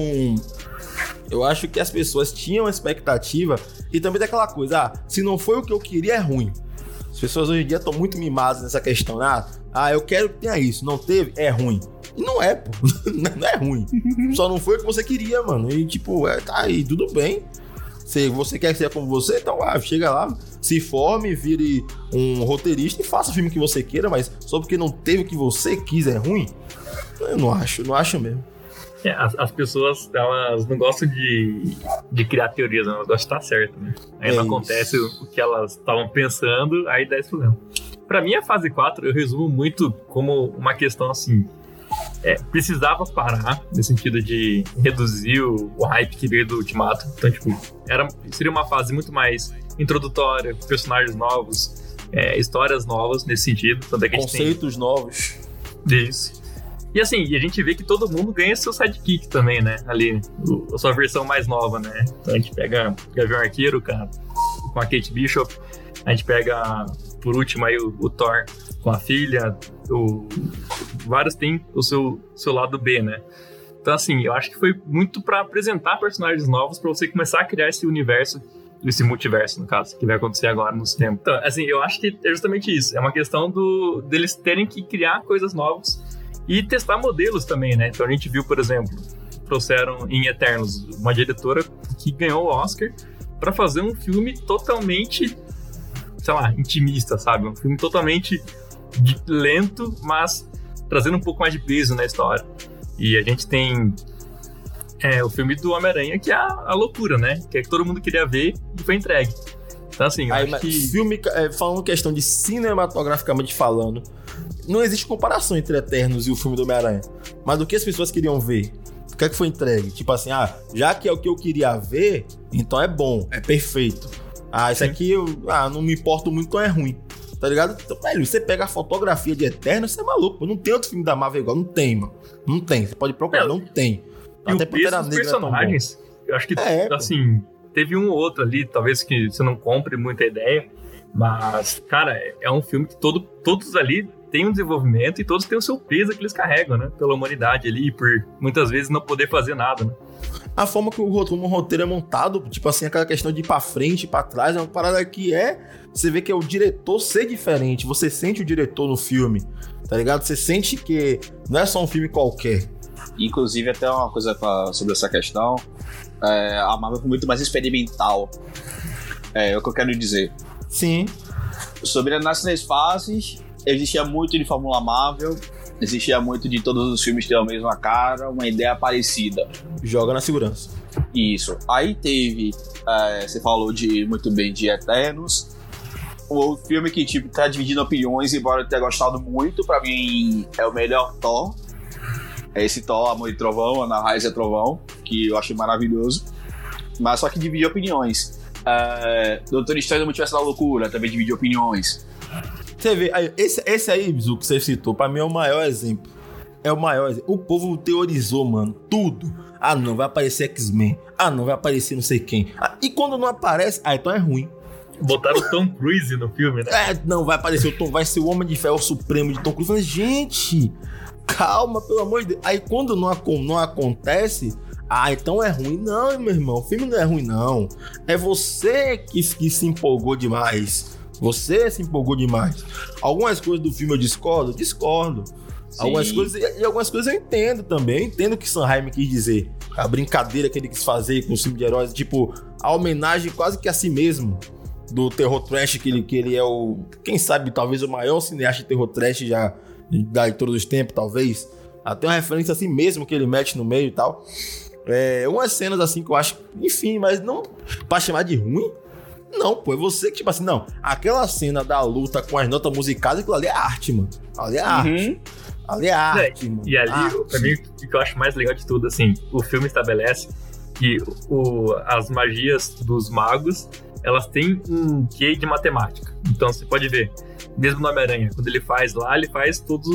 eu acho que as pessoas tinham expectativa. E também daquela coisa, ah, se não foi o que eu queria, é ruim. As pessoas hoje em dia estão muito mimadas nessa questão. Ah, ah, eu quero que tenha isso. Não teve, é ruim. E não é, pô. Não é ruim. Só não foi o que você queria, mano. E tipo, é, tá aí, tudo bem. Se você quer que seja como você, então ah, chega lá, se forme, vire um roteirista e faça o filme que você queira, mas só porque não teve o que você quis é ruim? Eu não acho, não acho mesmo. É, as, as pessoas, elas não gostam de, de criar teorias, elas gostam de estar certo, né? Aí é não isso. Acontece o que elas estavam pensando, aí dá esse problema. Pra mim, a fase quatro eu resumo muito como uma questão assim... É, precisava parar, no sentido de reduzir o, o hype que veio do Ultimato. Então, tipo, era, seria uma fase muito mais introdutória, personagens novos, é, histórias novas nesse sentido. Tanto é que conceitos tem... novos. Isso. E assim, e a gente vê que todo mundo ganha seu sidekick também, né? Ali, o, a sua versão mais nova, né? Então a gente pega Gavião Arqueiro, cara, com a Kate Bishop. A gente pega, por último, aí o, o Thor com a filha. O, vários têm o seu, seu lado B, né? Então, assim, eu acho que foi muito pra apresentar personagens novos pra você começar a criar esse universo, esse multiverso, no caso, que vai acontecer agora no cinema. Então, assim, eu acho que é justamente isso. É uma questão do, deles terem que criar coisas novas e testar modelos também, né? Então, a gente viu, por exemplo, trouxeram em Eternos uma diretora que ganhou o Oscar pra fazer um filme totalmente, sei lá, intimista, sabe? Um filme totalmente de lento, mas trazendo um pouco mais de peso na história. E a gente tem é, o filme do Homem-Aranha, que é a, a loucura, né? Que é que todo mundo queria ver e foi entregue. Então, assim, eu Aí, acho que... Filme, é, falando questão de cinematograficamente falando, não existe comparação entre Eternos e o filme do Homem-Aranha. Mas do que as pessoas queriam ver? O que é que foi entregue? Tipo assim, ah, já que é o que eu queria ver, então é bom, é perfeito. Ah, isso Sim. aqui, eu ah, não me importo muito, então é ruim. Tá ligado? Então, velho, você pega a fotografia de Eterno, você é maluco, pô. Não tem outro filme da Marvel igual. Não tem, mano. Não tem. Você pode procurar, não, não tem. E até porque os personagens, é eu acho que, é, assim, pô. Teve um ou outro ali, talvez que você não compre muita ideia, mas, cara, é um filme que todo, todos ali têm um desenvolvimento e todos têm o seu peso que eles carregam, né? Pela humanidade ali, por muitas vezes não poder fazer nada, né? A forma que o roteiro é montado, tipo assim, aquela questão de ir pra frente, pra trás, é uma parada que é... Você vê que é o diretor ser diferente, você sente o diretor no filme, tá ligado? Você sente que não é só um filme qualquer. Inclusive, até uma coisa pra, sobre essa questão, é, a Marvel foi muito mais experimental, é, é o que eu quero dizer. Sim. Sobre nas três fases, existia muito de Fórmula Marvel, existia muito de todos os filmes ter a mesma cara, uma ideia parecida. Joga na segurança. Isso. Aí teve, é, você falou de, muito bem de Eternos, o filme que tipo, tá dividindo opiniões, embora eu tenha gostado muito, pra mim é o melhor Thor. É esse Thor, Amor e Trovão, Ana Raiz é Trovão, que eu achei maravilhoso. Mas só que divide opiniões. É, Doutor Estranho no Multiverso da Loucura também divide opiniões. Você vê, aí, esse, esse aí, Bizu, que você citou, pra mim é o maior exemplo. É o maior exemplo. O povo teorizou, mano, tudo. Ah, não, vai aparecer X-Men. Ah, não, vai aparecer não sei quem. Ah, e quando não aparece, ah, então é ruim. Botaram o Tom Cruise no filme, né? É, não, vai aparecer o Tom, vai ser o Homem de Ferro Supremo de Tom Cruise. Eu falei, gente, calma, pelo amor de Deus. Aí quando não, não acontece, ah, então é ruim. Não, meu irmão, o filme não é ruim, não. É você que, que se empolgou demais. Você se empolgou demais. Algumas coisas do filme eu discordo? Discordo. Sim. Algumas coisas, e algumas coisas eu entendo também. Eu entendo o que Sanheim quis dizer. A brincadeira que ele quis fazer com o filme de heróis, tipo, a homenagem quase que a si mesmo do terror trash, que ele, que ele é o, quem sabe, talvez o maior cineasta de terror trash já de todos os tempos, talvez. Até uma referência assim mesmo que ele mete no meio e tal. É, umas cenas assim que eu acho, enfim, mas não pra chamar de ruim. Não, pô, é você que, tipo assim, não. Aquela cena da luta com as notas musicais, aquilo ali é arte, mano. Ali é arte. Uhum. Ali é arte, é, mano. E ali, arte. Pra mim, o que eu acho mais legal de tudo, assim, o filme estabelece que o, as magias dos magos, elas têm um quê de matemática. Então, você pode ver, mesmo no Homem-Aranha, quando ele faz lá, ele faz toda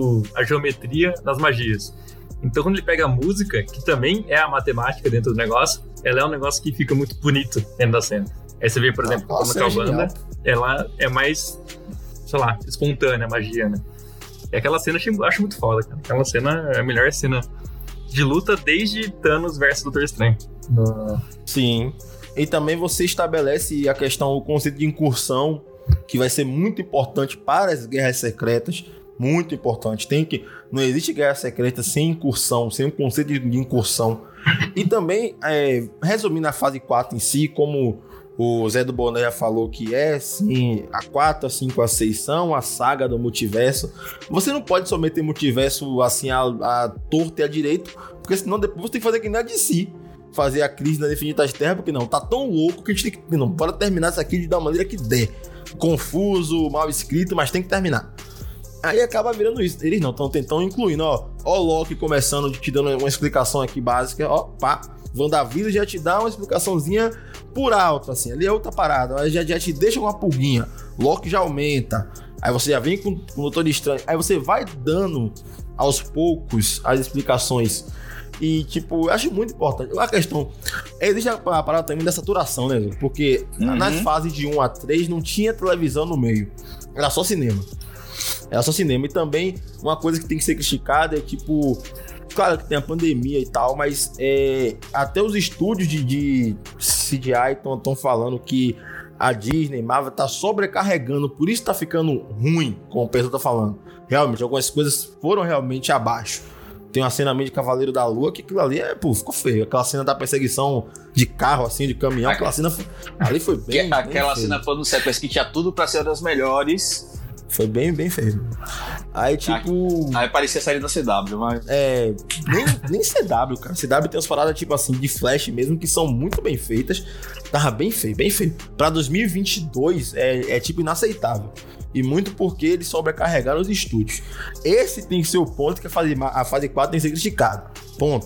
a geometria das magias. Então, quando ele pega a música, que também é a matemática dentro do negócio, ela é um negócio que fica muito bonito dentro da cena. Aí você vê, por exemplo, como a Wanda, ela é mais, sei lá, espontânea a magia, né? E aquela cena eu acho muito foda, cara. Aquela cena é a melhor cena de luta desde Thanos versus Doutor Estranho. Uh... Sim. E também você estabelece a questão, o conceito de incursão, que vai ser muito importante para as guerras secretas. Muito importante. Tem que... Não existe guerra secreta sem incursão, sem um conceito de incursão. E também, é, resumindo a fase quatro em si, como o Zé do Boné já falou que é, sim, a quatro, a cinco, a seis são a saga do multiverso. Você não pode só meter multiverso assim a, a torto e a direito, porque senão depois você tem que fazer que nem a D C. Fazer a crise na Infinitas Terras, porque não, tá tão louco que a gente tem que... Não, bora terminar isso aqui da maneira que der. Confuso, mal escrito, mas tem que terminar. Aí acaba virando isso. Eles não estão tentando incluindo, ó. Ó o Loki começando, te dando uma explicação aqui básica, ó, pá. WandaVision já te dá uma explicaçãozinha por alto, assim. Ali é outra parada. Aí já, já te deixa com uma pulguinha. Loki já aumenta. Aí você já vem com, com o Doutor Estranho. Aí você vai dando aos poucos as explicações. E, tipo, eu acho muito importante. A questão... Existe a, a parada também da saturação, né? Porque uhum. nas fases de um a três não tinha televisão no meio. Era só cinema. Era só cinema. E também, uma coisa que tem que ser criticada é, tipo... Claro que tem a pandemia e tal, mas é, até os estúdios de, de C G I estão falando que a Disney, Marvel, tá sobrecarregando. Por isso tá ficando ruim, como o pessoal tá falando. Realmente, algumas coisas foram realmente abaixo. Tem uma cena meio de Cavaleiro da Lua, que aquilo ali é, pô, ficou feio. Aquela cena da perseguição de carro, assim, de caminhão, aquela cena foi, ali foi bem, que, Aquela bem cena foi no sequência que tinha tudo pra ser uma das melhores. Foi bem, bem feio. Aí, tipo... Aí parecia sair da C W, mas... É... Nem, nem C W, cara. C W tem umas paradas, tipo assim, de Flash mesmo, que são muito bem feitas. Tava bem feio, bem feio. Pra dois mil e vinte e dois, é, é tipo, inaceitável. E muito porque eles sobrecarregaram os estúdios. Esse tem que ser o ponto que a fase, a fase quatro tem que ser criticado. Ponto.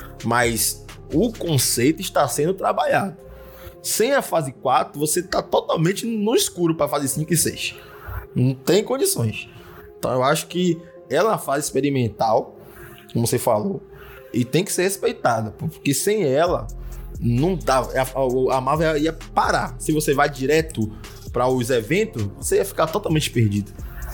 Mas o conceito está sendo trabalhado. Sem a fase quatro, você tá totalmente no escuro pra fase cinco e seis. Não tem condições. Então eu acho que ela é uma fase experimental, como você falou, e tem que ser respeitada, porque sem ela não dá, a, a Marvel ia parar. Se você vai direto para os eventos, você ia ficar totalmente perdido.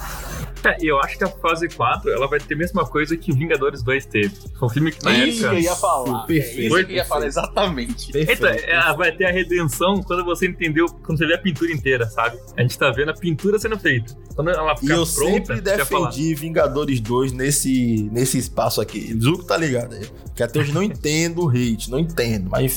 É, eu acho que a fase quatro, ela vai ter a mesma coisa que Vingadores dois teve. Foi um filme que na isso época... Isso que eu ia falar. Perfeito. Isso que eu ia falar, exatamente. Perfeito, Eita, ela vai ter a redenção quando você entendeu, quando você vê a pintura inteira, sabe? A gente tá vendo a pintura sendo feita. Quando ela ficar e eu pronta... sempre defendi Vingadores dois nesse, nesse espaço aqui. Zuko tá ligado aí. Que até hoje não entendo o hate, não entendo, mas...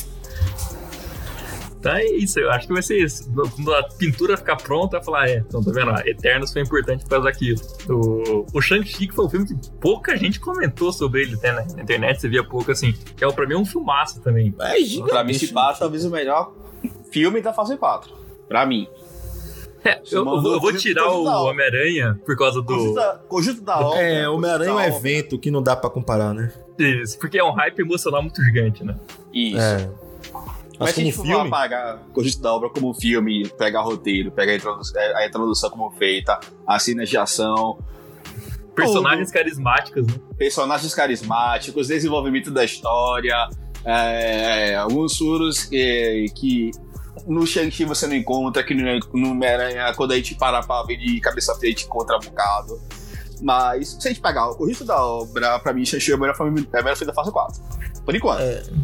Então é isso, eu acho que vai ser isso. Quando a pintura ficar pronta, vai falar, é, então tá vendo? Eternos foi importante por causa daquilo. O, o Shang-Chi, que foi um filme que pouca gente comentou sobre ele, até na internet, você via pouco, assim, que é, pra mim é um filmaço também. É gigante. Pra mim, esse pá, talvez o melhor filme da fase quatro. Pra mim. É, eu, eu, vou, eu vou tirar o Homem-Aranha por causa do... Conjunto da obra. É, Homem-Aranha é um evento que não dá pra comparar, né? Isso, porque é um hype emocional muito gigante, né? Isso. É. Mas, Mas se a gente for apagar o conjunto da obra como filme, pegar roteiro, pegar a introdução, a introdução como feita, as cenas de ação... Personagens tudo. carismáticos, né? Personagens carismáticos, desenvolvimento da história, é, alguns furos que, que no Shang-Chi você não encontra, que no Homem-Aranha, quando a gente para pra ver de cabeça feia, a gente encontra um bocado. Mas se a gente pegar o conjunto da obra, pra mim, Shang-Chi é a melhor filme da fase quatro. Por enquanto. É.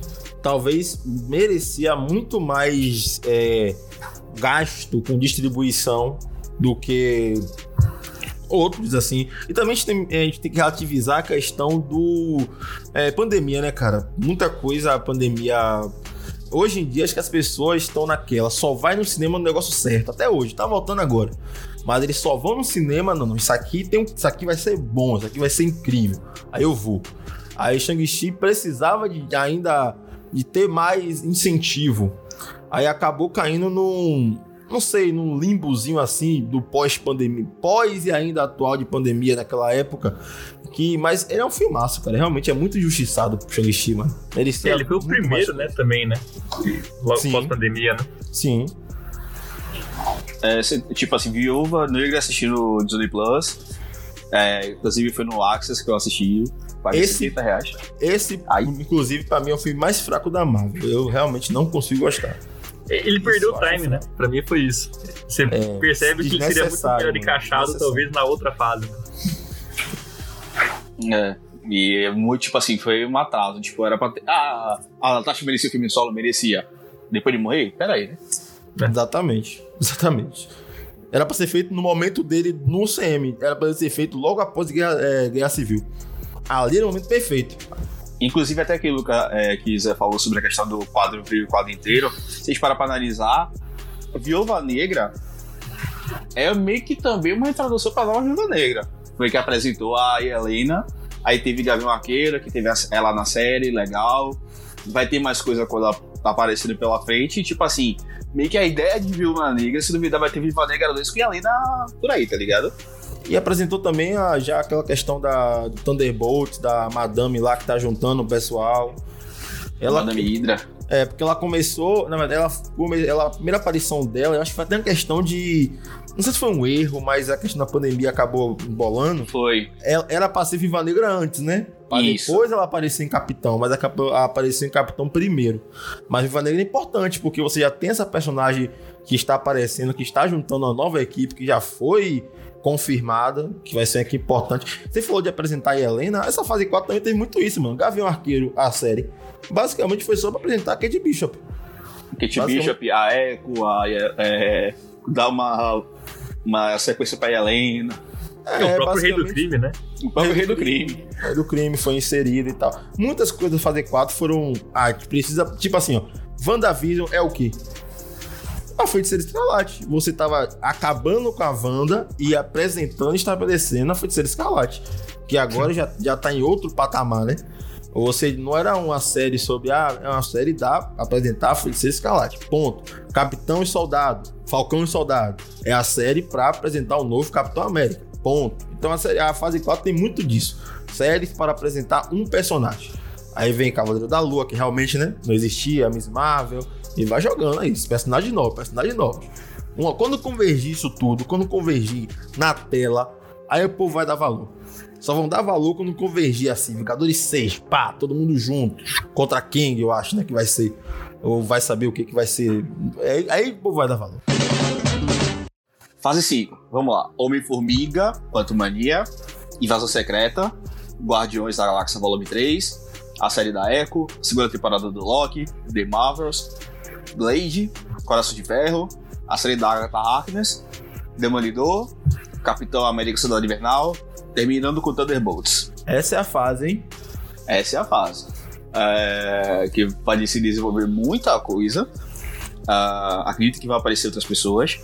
talvez merecia muito mais é, gasto com distribuição do que outros, assim. E também a gente tem, a gente tem que relativizar a questão do é, pandemia, né, cara? Muita coisa a pandemia... Hoje em dia, acho que as pessoas estão naquela, só vai no cinema no negócio certo. Até hoje, tá voltando agora. Mas eles só vão no cinema, não, não, isso aqui, tem um, isso aqui vai ser bom, isso aqui vai ser incrível. Aí eu vou. Aí Shang-Chi precisava de, ainda de ter mais incentivo. Aí acabou caindo num, não sei, num limbozinho assim do pós-pandemia, pós e ainda atual de pandemia naquela época. Que, mas ele é um filmaço, cara. Realmente é muito injustiçado pro Shang-Chi, mano. Ele, é, ele foi o primeiro, né, também, né? Logo pós-pandemia, né? Sim. É, tipo assim, Viúva Negra assistindo no Disney Plus. É, inclusive foi no Access que eu assisti. Paguei setenta reais. Esse, Aí. inclusive, pra mim é o filme mais fraco da Marvel. Eu realmente não consigo gostar. Ele isso perdeu o time, né? Pra mim foi isso. Você é, percebe que ele seria muito melhor encaixado, talvez, na outra fase. É, e é muito, tipo assim, foi um atraso. Tipo, era pra ter. Ah, a Natasha merecia o filme solo, merecia. Depois de morrer? Peraí, né? Exatamente, exatamente. Era pra ser feito no momento dele no C M. Era pra ser feito logo após a Guerra, é, Guerra Civil. Ali era o momento perfeito. Inclusive, até aquilo que, é, que Zé falou sobre a questão do quadro o quadro inteiro. Se a gente parar pra analisar, Viúva Negra é meio que também uma introdução pra nova Viúva Negra. Foi que apresentou a Helena. Aí teve Gavião Arqueiro, que teve ela na série, legal. Vai ter mais coisa quando ela tá aparecendo pela frente. E, tipo assim, meio que a ideia de Viúva Negra, se duvidar, vai ter Viúva Negra dois com a Helena por aí, tá ligado? E apresentou também a, já aquela questão da, do Thunderbolt, da Madame lá que tá juntando o pessoal. Ela, Madame Hydra. É, porque ela começou, na verdade, ela, ela, a primeira aparição dela, eu acho que foi até uma questão de... Não sei se foi um erro, mas a questão da pandemia acabou embolando. Foi. Ela era pra ser Viúva Negra antes, né? Pra Isso. Depois ela aparecer em Capitão, mas ela apareceu em Capitão primeiro. Mas Viúva Negra é importante, porque você já tem essa personagem que está aparecendo, que está juntando uma nova equipe, que já foi confirmada, que vai ser uma equipe importante. Você falou de apresentar a Helena, essa fase quatro também teve muito isso, mano. Gavião Arqueiro, a série, basicamente foi só pra apresentar a Kate Bishop. Kate Bishop, a Echo, a... É, dar uma, uma sequência pra Helena. É, o próprio Rei do Crime, né? O próprio Rei do Crime. O Rei do Crime foi inserido e tal. Muitas coisas do fase quatro foram... Ah, precisa... Tipo assim, ó. WandaVision é o quê? A Feiticeira Escarlate. Você tava acabando com a Wanda e apresentando e estabelecendo a Feiticeira Escarlate. Que agora já, já tá em outro patamar, né? Ou seja, não era uma série sobre... Ah, é uma série da apresentar a Feiticeira Escarlate. Ponto. Capitão e Soldado. Falcão e Soldado. É a série pra apresentar o novo Capitão América. Ponto. Então a, série, a fase quatro tem muito disso. Séries para apresentar um personagem. Aí vem Cavaleiro da Lua, que realmente, né, não existia, Miss Marvel, e vai jogando aí, personagem novo, personagem novo. Uma, quando convergir isso tudo, quando convergir na tela, aí o povo vai dar valor. Só vão dar valor quando convergir assim, Vingadores seis, pá, todo mundo junto, contra Kang, eu acho, né, que vai ser, ou vai saber o que que vai ser, aí, aí o povo vai dar valor. Fase cinco, vamos lá. Homem-Formiga, Quantumania, Invasão Secreta, Guardiões da Galáxia Volume três, a série da Echo, segunda temporada do Loki, The Marvels, Blade, Coração de Ferro, a série da Agatha Harkness, Demolidor, Capitão América Soldado Invernal, terminando com Thunderbolts. Essa é a fase, hein? Essa é a fase. É, que pode se desenvolver muita coisa. Uh, acredito que vai aparecer outras pessoas.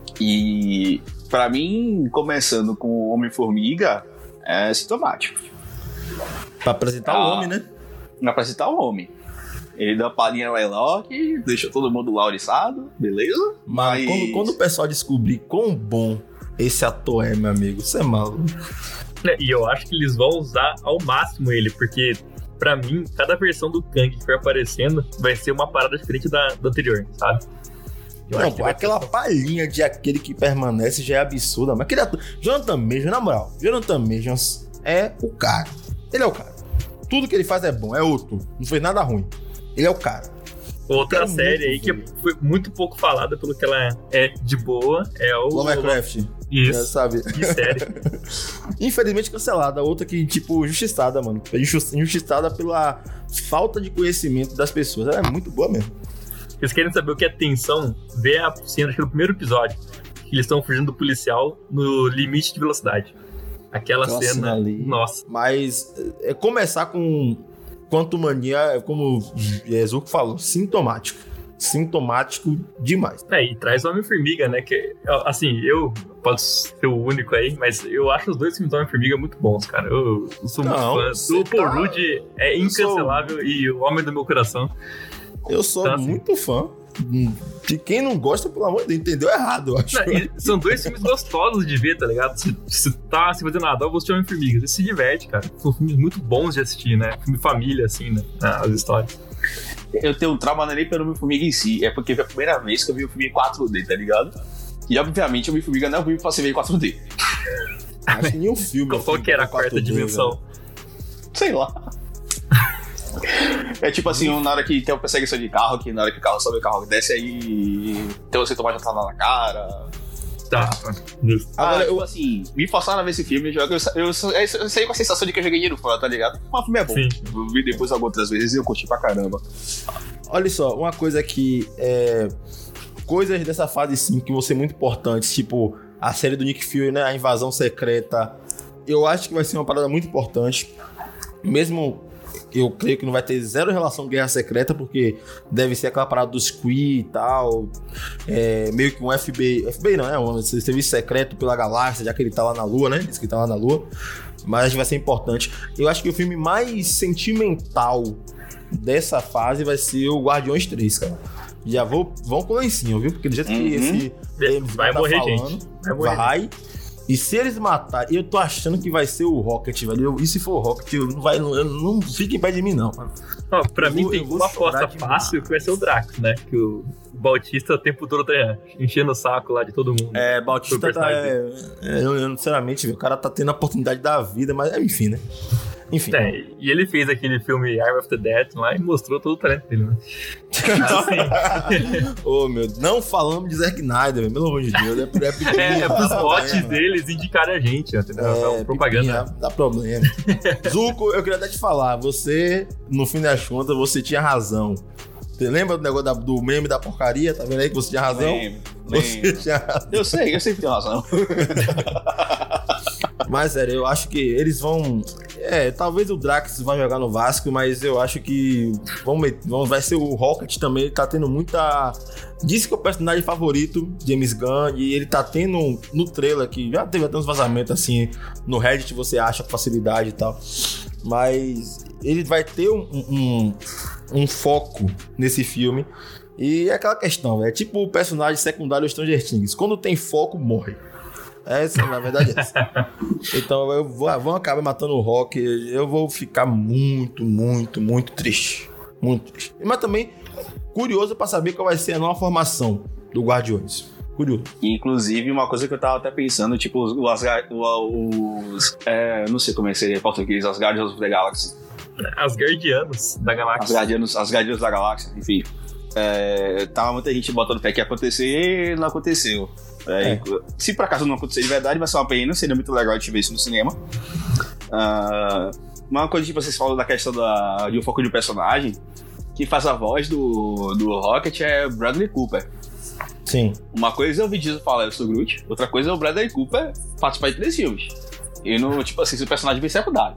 E pra mim, começando com Homem-Formiga, é sintomático. Pra apresentar ah, o homem, né? Pra apresentar o homem. Ele dá uma palhinha Laylock, deixa todo mundo lá oriçado, beleza? Mas, Mas... Quando, quando o pessoal descobrir quão bom esse ator é, meu amigo, isso é maluco. E eu acho que eles vão usar ao máximo ele, porque pra mim, cada versão do Kang que for aparecendo vai ser uma parada diferente da, da anterior, sabe? Eu não, pô, aquela palhinha de aquele que permanece já é absurda. Mas aquele ator... Jonathan Majors, na moral, Jonathan Majors é o cara. Ele é o cara. Tudo que ele faz é bom, é outro. Não fez nada ruim. Ele é o cara. Outra série aí que foi muito pouco falada pelo que ela é de boa é o... Lovecraft. Isso. Sabe? Que série. Infelizmente cancelada. Outra que, tipo, injustiçada, mano. Injustiçada pela falta de conhecimento das pessoas. Ela é muito boa mesmo. Vocês querem saber o que é tensão? Vê a cena, acho que no primeiro episódio, que eles estão fugindo do policial no limite de velocidade. Aquela, Aquela cena, cena ali. Nossa. Mas é começar com Quantumania, como o Zuko falou, sintomático. Sintomático demais. É, e traz o Homem-Formiga, né? Que, assim, eu posso ser o único aí, mas eu acho os dois filmes do Homem-Formiga muito bons, cara. Eu, eu sou muito Não, fã. O Paul tá... Rudd é incancelável sou... e o homem do meu coração. Eu sou então, muito assim... fã. De quem não gosta, pelo amor de Deus, entendeu errado, eu acho. Não, são dois filmes gostosos de ver, tá ligado? Se, se tá se fazendo nada, eu vou assistir Homem-Formiga. Você se diverte, cara. São filmes muito bons de assistir, né? Filme família, assim, né? As histórias. Eu tenho um trauma não é nem pelo Homem-Formiga em si, é porque foi a primeira vez que eu vi o filme em quatro D, tá ligado? E obviamente o Homem-Formiga não é um filme pra você ver em quatro D. Acho que nenhum filme. Qual que era a quarta dimensão? Sei lá. É tipo assim, na hora que tem uma perseguição de carro, que na hora que o carro sobe, o carro desce, aí tem você tomar jantada na cara. Tá. Agora, ah, eu, tipo assim, me forçaram a ver esse filme, eu, eu, eu, eu saí com a sensação de que eu joguei dinheiro fora, tá ligado? Mas o filme é bom. Sim. Eu vi depois algumas outras vezes e eu curti pra caramba. Olha só, uma coisa que é... Coisas dessa fase cinco que vão ser muito importantes, tipo a série do Nick Fury, né? A Invasão Secreta. Eu acho que vai ser uma parada muito importante. Mesmo... Eu creio que não vai ter zero relação com Guerra Secreta, porque deve ser aquela parada dos Kree e tal. É, meio que um F B I. F B I não, é um serviço secreto pela galáxia, já que ele tá lá na Lua, né? Diz que ele tá lá na Lua. Mas acho que vai ser importante. Eu acho que o filme mais sentimental dessa fase vai ser o Guardiões três, cara. Já vou, vão com lencinho, viu? Porque do jeito que uhum. esse... Vai morrer, tá falando, gente. Vai morrer. Vai. E se eles matarem, eu tô achando que vai ser o Rocket, velho. E se for o Rocket, eu não, vai, eu não fique em pé de mim, não. Ó, pra eu mim vou, tem uma aposta fácil que vai ser o Drax, né? Que o Bautista o tempo todo tá enchendo o saco lá de todo mundo. É, Bautista tá... É, é, eu, eu, sinceramente, o cara tá tendo a oportunidade da vida, mas enfim, né? Enfim. É, e ele fez aquele filme Arm of the Dead lá e mostrou todo o talento dele, né? Assim. Ô, meu, não falamos de Zack Snyder, pelo amor de Deus. É, é, é, é pros bots deles indicarem a gente, entendeu? É, é propaganda. Piquinha, dá problema. Zuko, eu queria até te falar, você, no fim das contas, você tinha razão. Você lembra do negócio da, do meme da porcaria? Tá vendo aí que você tinha razão? Lembro, lembro. Tinha razão. Eu sei, eu sempre tenho razão. Mas, sério, eu acho que eles vão... É, talvez o Drax vá jogar no Vasco, mas eu acho que vão, vão, vai ser o Rocket também. Ele tá tendo muita... Diz que é o personagem favorito, James Gunn, e ele tá tendo no trailer aqui, já teve até uns vazamentos assim, no Reddit você acha com facilidade e tal, mas ele vai ter um, um, um foco nesse filme. E é aquela questão, é tipo o personagem secundário do Stranger Things, quando tem foco, morre. Essa, na verdade, é essa. Então, eu vou, vão acabar matando o Rock. Eu vou ficar muito, muito, muito triste. Muito triste. Mas também curioso pra saber qual vai ser a nova formação do Guardiões. Curioso. Inclusive, uma coisa que eu tava até pensando, tipo, os... os, os é, não sei como é que seria em português, os Guardians of the Galaxy. Asgardianos da Galáxia. Asgardianos, Asgardianos da Galáxia, enfim. É, tava muita gente botando fé que ia acontecer e não aconteceu. É, é. Se por acaso não acontecer de verdade, vai ser uma pena, seria muito legal a gente ver isso no cinema. Uh, uma coisa que vocês falam da questão da, de um foco de um personagem, quem faz a voz do, do Rocket é Bradley Cooper. Sim. Uma coisa é o Vin Diesel falar eu sou Groot, outra coisa é o Bradley Cooper participar de três filmes. E no, tipo assim, se o personagem vem secundário.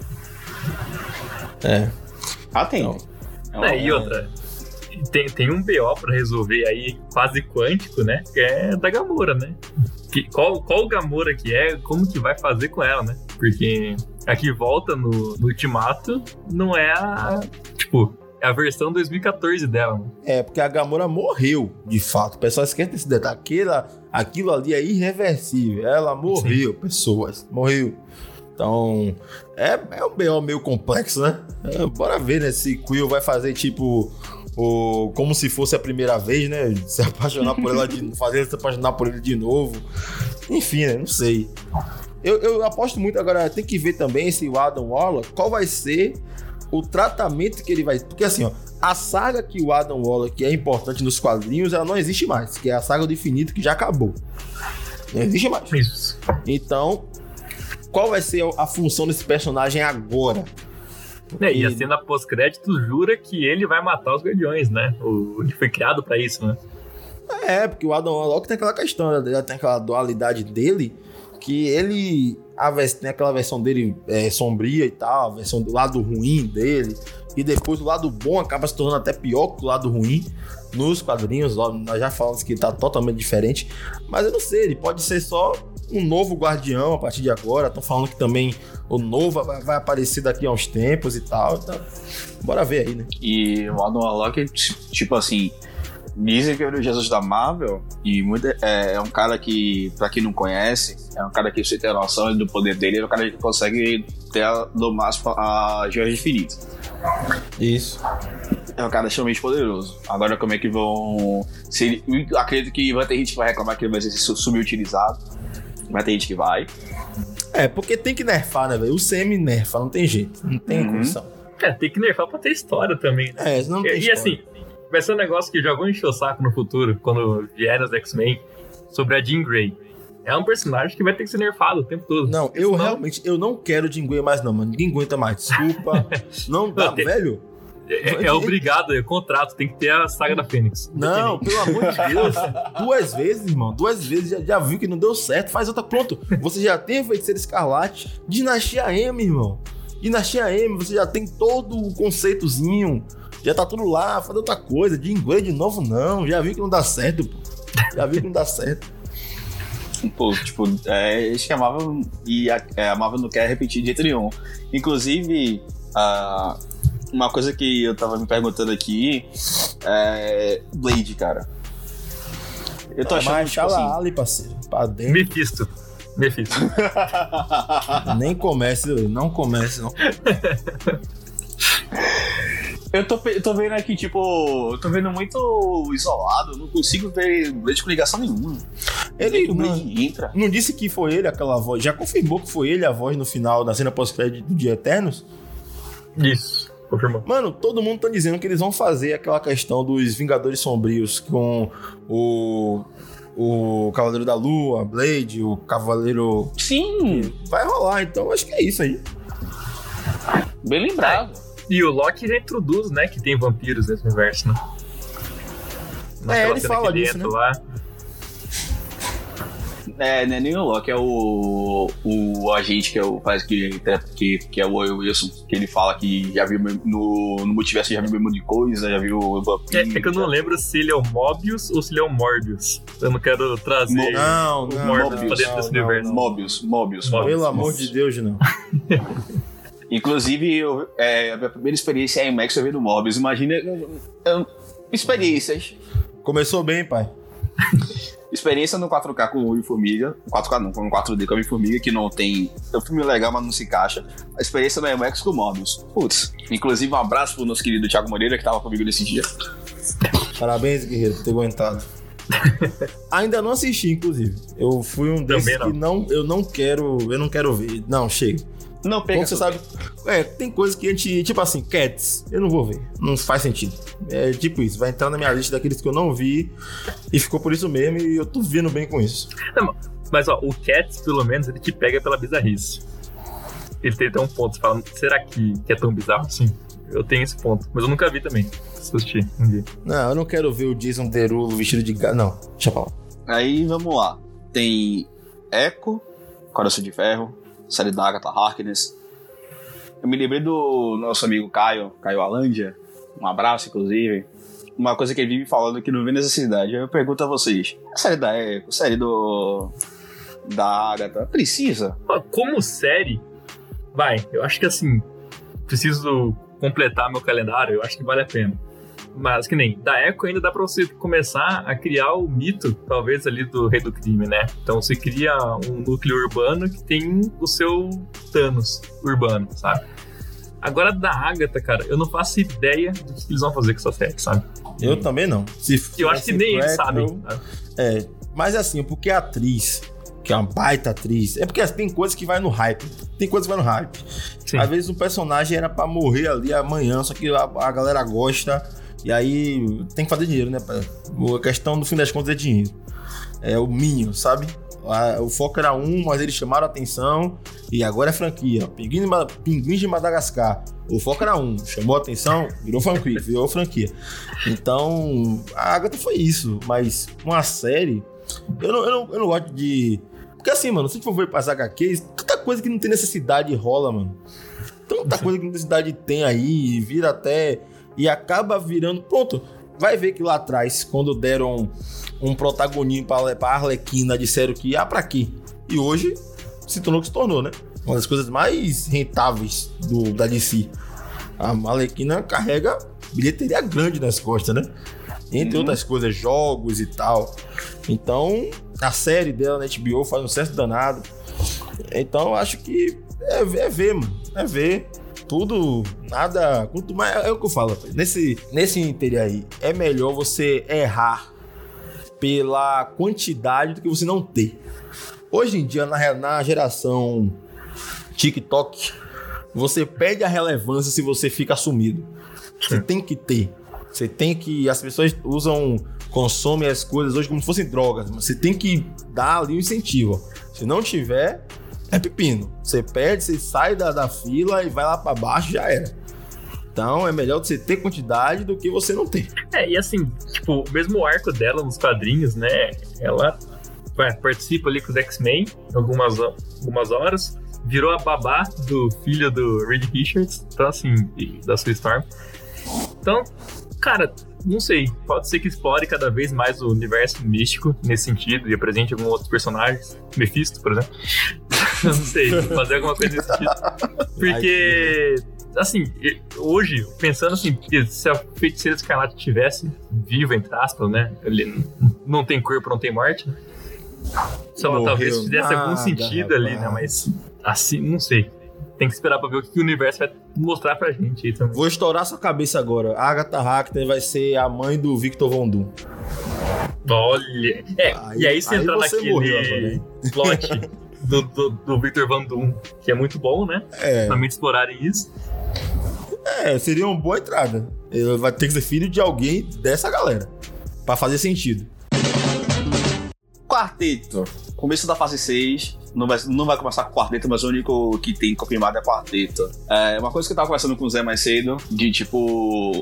É. Atento. Então, é, e outra. Tem, tem um B O pra resolver aí, quase quântico, né? Que é da Gamora, né? Que, qual, qual Gamora que é, como que vai fazer com ela, né? Porque a que volta no, no Ultimato não é a... Tipo, é a versão dois mil e catorze dela, né? É, porque a Gamora morreu, de fato. O pessoal esquece desse detalhe. Aquela, aquilo ali é irreversível. Ela morreu, Sim. pessoas. Morreu. Então, é, é um B O meio complexo, né? É, bora ver, né? Se Quill vai fazer, tipo... Ou como se fosse a primeira vez, né? Se apaixonar por ela, de, fazer se apaixonar por ele de novo. Enfim, né? Não sei. Eu, eu aposto muito agora, tem que ver também esse Adam Warlock, qual vai ser o tratamento que ele vai... Porque assim, ó, a saga que o Adam Warlock é importante nos quadrinhos, ela não existe mais, que é a saga do infinito que já acabou. Não existe mais. Isso. Então, qual vai ser a função desse personagem agora? É, e a cena pós-crédito jura que ele vai matar os Guardiões, né? O, ele foi criado pra isso, né? É, porque o Adam Warlock tem aquela questão, né? Tem aquela dualidade dele, que ele a vers- tem aquela versão dele é, sombria e tal, a versão do lado ruim dele, e depois o lado bom acaba se tornando até pior que o lado ruim. Nos quadrinhos, ó, nós já falamos que tá totalmente diferente, mas eu não sei, ele pode ser só um novo Guardião a partir de agora. Estão falando que também o novo vai, vai aparecer daqui a uns tempos e tal, então bora ver aí, né? E o Adam Warlock, tipo assim, dizem que ele é o Jesus da Marvel, e muito, é, é um cara que, pra quem não conhece, é um cara que você tem a noção do poder dele, é um cara que consegue ter no máximo a joia infinita. Isso. É um cara extremamente poderoso. Agora, como é que vão... Se ele... Eu acredito que vai ter gente que vai reclamar que ele vai ser subutilizado. Vai ter gente que vai. É, porque tem que nerfar, né, velho? O C M nerfa, não tem jeito. Não tem Uhum. condição. É, tem que nerfar pra ter história também, né? É, não tem E, e história. assim, vai ser um negócio que já vou encher o saco no futuro, quando vierem os X-Men, sobre a Jean Grey. É um personagem que vai ter que ser nerfado o tempo todo. Não, Porque eu senão- realmente, eu não quero Jean Grey mais não, mano. Ninguém aguenta mais, desculpa. Não dá, Não, tem- velho. É, é obrigado, é contrato, tem que ter a saga da Fênix. Não, pelo amor de Deus. Duas vezes, irmão. Duas vezes já, já viu que não deu certo. Faz outra. Pronto. Você já tem a Feiticeira Escarlate. Dinastia M, irmão. Dinastia M, você já tem todo o conceitozinho. Já tá tudo lá. Faz outra coisa. De inglês de novo, não. Já viu que não dá certo, pô. Já viu que não dá certo. Pô, tipo, é, acho que a Marvel, e a, é, a Marvel não quer repetir de jeito nenhum. Inclusive, a... uma coisa que eu tava me perguntando aqui é Blade, cara. Eu tô achando, Mas tipo chala assim... ali, parceiro. Pra dentro. Mephisto. Mephisto. Nem comece, não comece, não. eu, tô, eu tô vendo aqui, tipo... Eu tô vendo muito isolado. Eu não consigo ver Blade com ligação nenhuma. Ele o não, Blade entra. não disse que foi ele aquela voz. Já confirmou que foi ele a voz no final da cena pós-crédito do Dia Eternos? Isso, confirmou. Mano, todo mundo tá dizendo que eles vão fazer aquela questão dos Vingadores Sombrios com o... O Cavaleiro da Lua, Blade, o Cavaleiro... Sim, Vai rolar, então acho que é isso aí. bem lembrado. E o Loki já introduz, né, que tem vampiros nesse universo, né? Naquela ele cena fala que ele disso, entra né? lá. É, não é nem o Loki, é o, o agente que, é o, faz, que, que, que é o Owen Wilson, que ele fala que já viu no, no multiverso, já viu um monte de coisa, já viu o vampiro. É, é que eu não já... lembro se ele é o Mobius ou se ele é o Morbius. Eu não quero trazer Mo- Não, o não, Morbius Mobius, pra dentro não, desse não, universo. não. Mobius, Mobius, Mobius. Pelo amor Mobius. de Deus, não. Inclusive, eu, é, a minha primeira experiência é IMAX eu vi no Mobius. Imagina. eu- eu- experiências. Começou bem, pai. Experiência no quatro K com o Homem-Formiga. quatro K não, com o quatro D com o Homem-Formiga, que não tem. É um filme legal, mas não se encaixa. A experiência no IMAX com o Mobius. Putz. Inclusive, um abraço pro nosso querido Thiago Moreira, que tava comigo nesse dia. Parabéns, guerreiro, por ter aguentado. Ainda não assisti, inclusive. Eu fui um desses Também não. que não, eu não quero, eu não quero ver. Não, chega. Não pega. Como você sabe, é, tem coisas que a gente, tipo assim, Cats, eu não vou ver. Não faz sentido. É tipo isso, vai entrar na minha lista daqueles que eu não vi e ficou por isso mesmo e eu tô vendo bem com isso. Não, mas ó, o Cats, pelo menos, ele te pega pela bizarrice. Ele tem até um ponto, você fala, será que, que é tão bizarro assim? Eu tenho esse ponto, mas eu nunca vi também. Assisti um dia. Não, eu não quero ver o Jason Derulo vestido de gato. Não, deixa pra lá. Aí vamos lá. Tem Echo, Coração de Ferro, série da Agatha Harkness. Eu me lembrei do nosso amigo Caio, Caio Alândia. Um abraço, inclusive. Uma coisa que ele vive falando que não vê necessidade. Eu pergunto a vocês: a série da Echo, a série do. da Agatha, precisa? Ó, como série, vai, eu acho que assim, preciso completar meu calendário, eu acho que vale a pena. Mas que nem, da Echo ainda dá pra você começar a criar o mito, talvez, ali do Rei do Crime, né? Então você cria um núcleo urbano que tem o seu Thanos urbano, sabe? Agora da Agatha, cara, eu não faço ideia do que eles vão fazer com essa série, sabe? Eu também não. Se Eu acho que nem eles sabem. Sabe? É, mas assim, porque a atriz, que é uma baita atriz, é porque assim, tem coisas que vai no hype. Tem coisas que vai no hype. Sim. Às vezes o personagem era pra morrer ali amanhã, só que a, a galera gosta. E aí tem que fazer dinheiro, né? A questão, no fim das contas, é dinheiro. É o mínimo, sabe? A, o foco era um, mas eles chamaram a atenção e agora é franquia. Pinguim de, Pinguins de Madagascar. O foco era um, chamou a atenção, virou franquia, virou franquia. Então, a Agatha foi isso. Mas uma série, eu não, eu não, eu não gosto de... Porque assim, mano, se a gente for ver para as H Qs, tanta coisa que não tem necessidade rola, mano. Tanta coisa que não tem necessidade tem aí, vira até... E acaba virando... Pronto, vai ver que lá atrás, quando deram um protagonismo pra, pra Arlequina, disseram que, ah, pra quê? E hoje, se tornou o que se tornou, né? Uma das coisas mais rentáveis do, da D C. A Arlequina carrega bilheteria grande nas costas, né? Entre uhum. outras coisas, jogos e tal. Então, a série dela na H B O faz um sucesso danado. Então, eu acho que é, é ver, mano. É ver. Tudo, nada... Quanto mais, é o que eu falo. Nesse, nesse interior aí, é melhor você errar pela quantidade do que você não ter. Hoje em dia, na, na geração TikTok, você perde a relevância se você fica sumido. Você tem que ter. Você tem que... As pessoas usam, consomem as coisas hoje como se fossem drogas, mas você tem que dar ali um incentivo. Se não tiver, é pepino. Você perde, você sai da, da fila e vai lá pra baixo, já era. Então é melhor você ter quantidade do que você não ter. É, e assim, tipo, mesmo o arco dela nos quadrinhos, né? Ela vai, participa ali com os X-Men algumas, algumas horas, virou a babá do filho do Reed Richards, então assim, da Sue Storm. Então, cara, não sei, pode ser que explore cada vez mais o universo místico nesse sentido e apresente alguns outros personagens, Mephisto, por exemplo. Não sei, fazer alguma coisa nesse sentido. Porque, assim, hoje, pensando assim, se a Feiticeira Escarlate tivesse viva, entre aspas, né? Ele não tem corpo, não tem morte, né? Se ela talvez fizesse nada, algum sentido rapaz. ali, né? Mas, assim, não sei. Tem que esperar pra ver o que o universo vai mostrar pra gente aí também. Vou estourar sua cabeça agora. A Agatha Harkness vai ser a mãe do Victor Von Doom. Olha! É, aí, e aí você aí entra você naquele plot do, do, do Victor Von Doom, que é muito bom, né? É. Também explorarem isso. É, seria uma boa entrada. Ele vai ter que ser filho de alguém dessa galera, pra fazer sentido. Quarteto. Começo da fase seis. Não vai, não vai começar com quarteto, mas o único que tem confirmado é quarteto. É uma coisa que eu tava conversando com o Zé mais cedo, de tipo...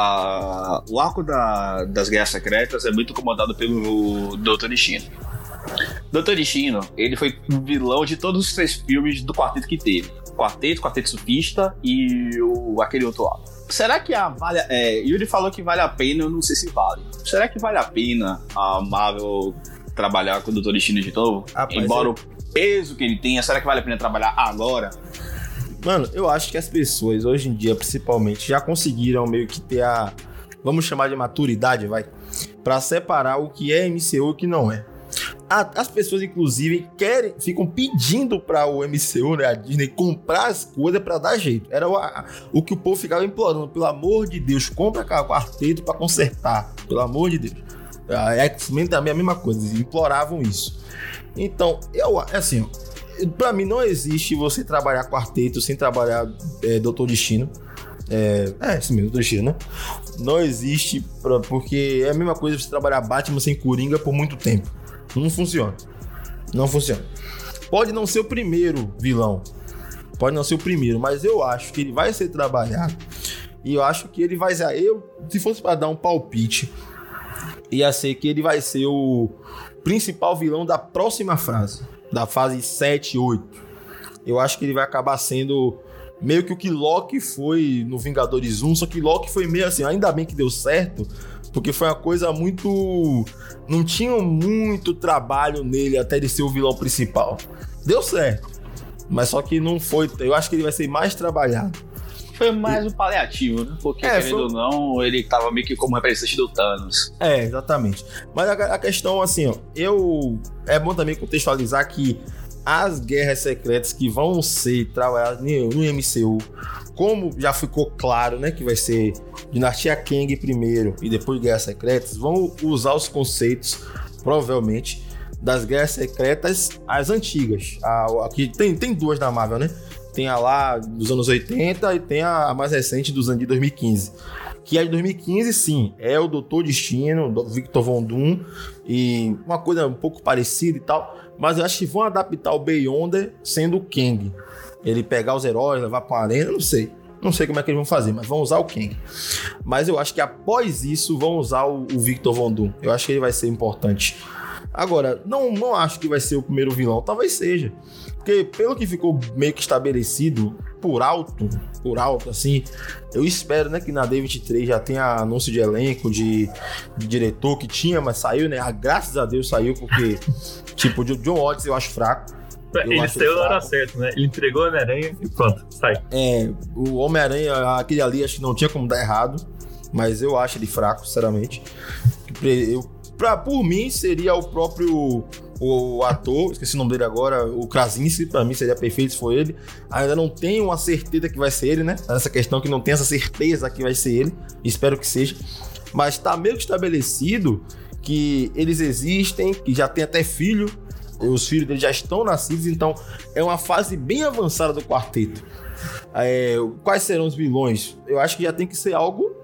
A, o arco da, das Guerras Secretas é muito comandado pelo doutor Destino. doutor Destino, ele foi vilão de todos os três filmes do quarteto que teve. Quarteto, Quarteto Surfista e o, aquele outro lado. Será que a vale... É, Yuri falou que vale a pena, eu não sei se vale. Será que vale a pena a Marvel trabalhar com o doutor Destino de novo? Rapaz, Embora é... o peso que ele tenha, será que vale a pena trabalhar agora? Mano, eu acho que as pessoas hoje em dia, principalmente, já conseguiram meio que ter a... Vamos chamar de maturidade, vai? Pra separar o que é M C U e o que não é. As pessoas, inclusive, querem, ficam pedindo para o M C U, né, a Disney, comprar as coisas para dar jeito. Era o, a, o que o povo ficava implorando. Pelo amor de Deus, compra o quarteto para consertar. Pelo amor de Deus. A X-Men também é a mesma coisa. Eles imploravam isso. Então, eu, assim, para mim não existe você trabalhar quarteto sem trabalhar é, doutor Destino. É, é isso mesmo, doutor Destino, né? Não existe, pra, porque é a mesma coisa você trabalhar Batman sem Coringa por muito tempo. Não funciona. Não funciona. Pode não ser o primeiro vilão. Pode não ser o primeiro, mas eu acho que ele vai ser trabalhado. E eu acho que ele vai ser... Eu, se fosse para dar um palpite, ia ser que ele vai ser o principal vilão da próxima fase. Da fase sete, oito. Eu acho que ele vai acabar sendo meio que o que Loki foi no Vingadores um. Só que Loki foi meio assim, ainda bem que deu certo, porque foi uma coisa muito... Não tinha muito trabalho nele até ele ser o vilão principal. Deu certo, mas só que não foi... Eu acho que ele vai ser mais trabalhado. Foi mais um paliativo, né? Porque, é, querendo foi... ou não, ele tava meio que como representante do Thanos. É, exatamente. Mas a, a questão, assim, ó, eu... É bom também contextualizar que as guerras secretas que vão ser trabalhadas no M C U, como já ficou claro, né, que vai ser Dinastia Kang primeiro e depois Guerras Secretas, vão usar os conceitos, provavelmente, das Guerras Secretas as antigas. A, aqui tem, tem duas da Marvel, né? Tem a lá dos anos oitenta e tem a mais recente dos anos de dois mil e quinze. Que é de dois mil e quinze, sim, é o Doutor Destino, do Victor Von Doom, e uma coisa um pouco parecida e tal, mas eu acho que vão adaptar o Beyonder sendo o Kang. Ele pegar os heróis, levar pra uma arena, não sei. Não sei como é que eles vão fazer, mas vão usar o Kang. Mas eu acho que após isso vão usar o, o Victor Von Doom. Eu acho que ele vai ser importante. Agora, não, não acho que vai ser o primeiro vilão, talvez seja. Porque pelo que ficou meio que estabelecido por alto, por alto, assim, eu espero, né, que na D vinte e três já tenha anúncio de elenco, de, de diretor, que tinha, mas saiu, né? Ah, graças a Deus saiu, porque, tipo, o John Watts eu acho fraco. Eu ele acho saiu ele na hora fraco. certa, né? Ele entregou o Homem-Aranha e pronto, sai. É, o Homem-Aranha, aquele ali, acho que não tinha como dar errado, mas eu acho ele fraco, sinceramente. Eu, pra, por mim, seria o próprio... O ator, esqueci o nome dele agora, o Krasinski, pra mim seria perfeito se for ele. Ainda não tenho uma certeza que vai ser ele, né? Essa questão que não tem essa certeza que vai ser ele. Espero que seja. Mas tá meio que estabelecido que eles existem, que já tem até filho. Os filhos deles já estão nascidos, então é uma fase bem avançada do quarteto. É, quais serão os vilões? Eu acho que já tem que ser algo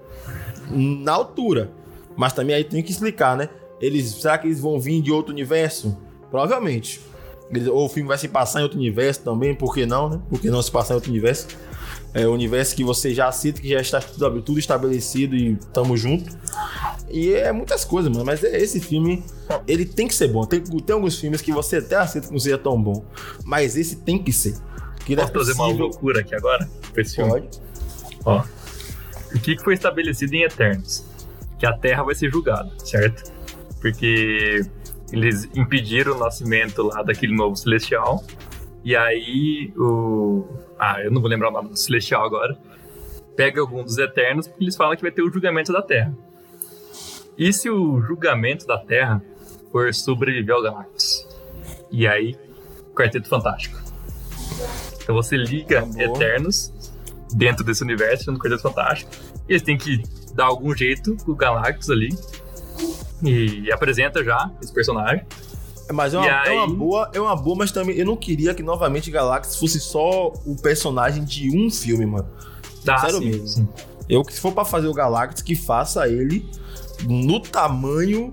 na altura. Mas também aí tem que explicar, né? Eles, será que eles vão vir de outro universo? Provavelmente. Eles, ou o filme vai se passar em outro universo também, por que não, né? Por que não se passar em outro universo? É o universo que você já cita, que já está tudo, tudo estabelecido e tamo junto. E é muitas coisas, mano. Mas esse filme, ele tem que ser bom. Tem, tem alguns filmes que você até aceita que não seja tão bom. Mas esse tem que ser. Que Posso fazer uma loucura aqui agora? Pra esse filme? Pode. Ó, o que foi estabelecido em Eternos? Que a Terra vai ser julgada, certo? Porque eles impediram o nascimento lá daquele novo Celestial. E aí o... Ah, eu não vou lembrar o nome do Celestial agora. Pega algum dos Eternos porque eles falam que vai ter o julgamento da Terra. E se o julgamento da Terra for sobreviver ao Galactus? E aí, Quarteto Fantástico. Então você liga Tá Eternos dentro desse universo, no Quarteto Fantástico. E eles têm que dar algum jeito com o Galactus ali. E apresenta já esse personagem. Mas é uma, aí... é uma boa, é uma boa, mas também eu não queria que novamente Galactus fosse só o personagem de um filme, mano. Tá, Sério sim, mesmo. sim. Eu, se for pra fazer o Galactus, que faça ele no tamanho.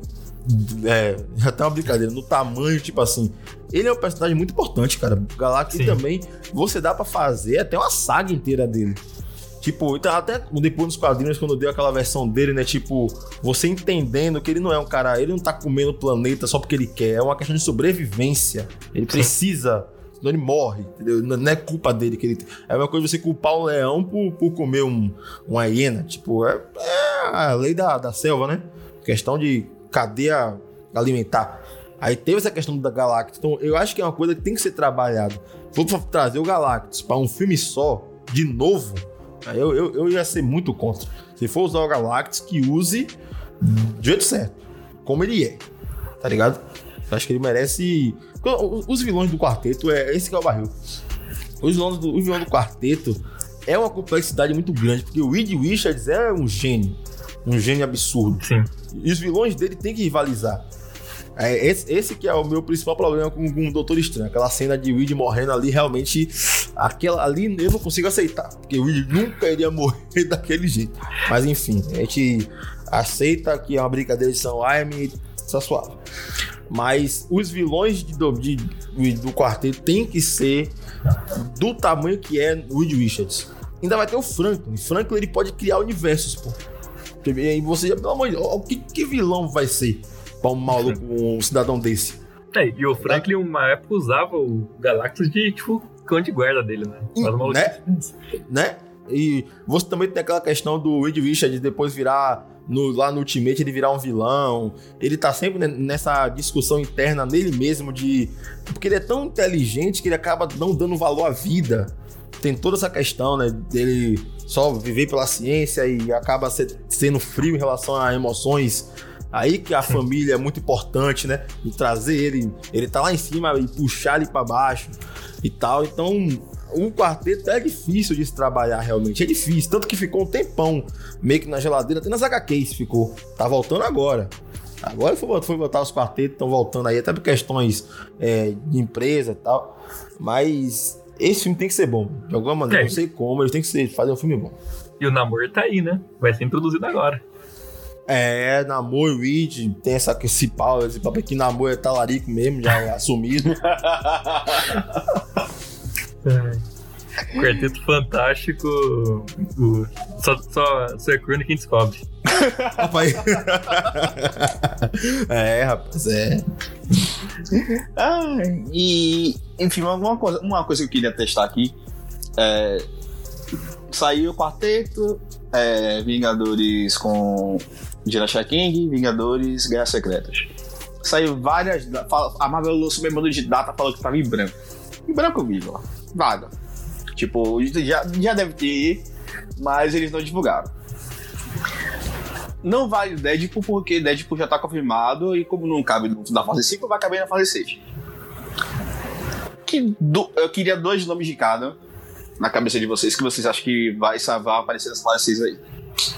É, já tá uma brincadeira, no tamanho, tipo assim. Ele é um personagem muito importante, cara. O Galactus também, você dá pra fazer até uma saga inteira dele. Tipo, então até depois nos quadrinhos, quando deu aquela versão dele, né? Tipo, você entendendo que ele não é um cara, ele não tá comendo o planeta só porque ele quer, é uma questão de sobrevivência. Ele precisa, senão ele morre, entendeu? Não é culpa dele que ele. É uma coisa você culpar um leão por, por comer um, uma hiena. Tipo, é, é a lei da, da selva, né? Questão de cadeia alimentar. Aí teve essa questão da Galactus. Então, eu acho que é uma coisa que tem que ser trabalhada. Se for trazer o Galactus pra um filme só, de novo. Eu, eu, eu ia ser muito contra. Se for usar o Galactus, que use do jeito certo, como ele é, tá ligado? Eu acho que ele merece. Os vilões do quarteto, é esse que é o barril. Os vilões do, os vilões do quarteto é uma complexidade muito grande, porque o Reed Richards é um gênio, um gênio absurdo. Sim. E os vilões dele tem que rivalizar. É esse, esse que é o meu principal problema com, com o Doutor Estranho. Aquela cena de Reed morrendo ali, realmente, aquela ali eu não consigo aceitar. Porque o Reed nunca iria morrer daquele jeito. Mas enfim, a gente aceita que é uma brincadeira de Sam Raimi, tá suave. Mas os vilões de, de, de, do quarteto tem que ser do tamanho que é o Reed Richards. Ainda vai ter o Franklin. Franklin ele pode criar universos, pô. E você já, pelo amor de Deus, o que, que vilão vai ser? Pra um maluco, um cidadão desse. É, e o Franklin, uma época, usava o Galactus de, tipo, cão de guarda dele, né? Hum, né? né? E você também tem aquela questão do Reed Richards depois virar, no, lá no Ultimate, ele virar um vilão. Ele tá sempre nessa discussão interna nele mesmo de... Porque ele é tão inteligente que ele acaba não dando valor à vida. Tem toda essa questão, né? Dele só viver pela ciência e acaba ser, sendo frio em relação a emoções. Aí que a família é muito importante, né? E trazer ele, ele tá lá em cima e puxar ele pra baixo e tal. Então, o quarteto é difícil de se trabalhar realmente. É difícil, tanto que ficou um tempão meio que na geladeira, até nas agá quês ficou. Tá voltando agora. Agora foi, foi botar os quartetos, estão voltando aí, até por questões é, de empresa e tal. Mas esse filme tem que ser bom. De alguma maneira, é. não sei como, ele tem que ser, fazer um filme bom. E o namoro tá aí, né? Vai ser introduzido agora. É, Namor e Reed, tem essa, esse pau, esse papo aqui, Namor é talarico mesmo, já assumido. É. Quarteto Fantástico, o, só, só, só é crônica quem descobre. Rapaz. É, rapaz, é. Ah, e, enfim, uma coisa, uma coisa que eu queria testar aqui é, saiu o quarteto, é, Vingadores com Dinastia King, Vingadores Guerras Secretas. Saiu várias. A Marvel lançou meu bando de data falando que tava em branco. Em branco, vivo, vaga. Tipo, já, já deve ter, mas eles não divulgaram. Não vale Deadpool porque Deadpool já tá confirmado e como não cabe na fase cinco, vai caber na fase seis. Que do, eu queria dois nomes de cada na cabeça de vocês que vocês acham que vai salvar aparecer nessa fase seis aí.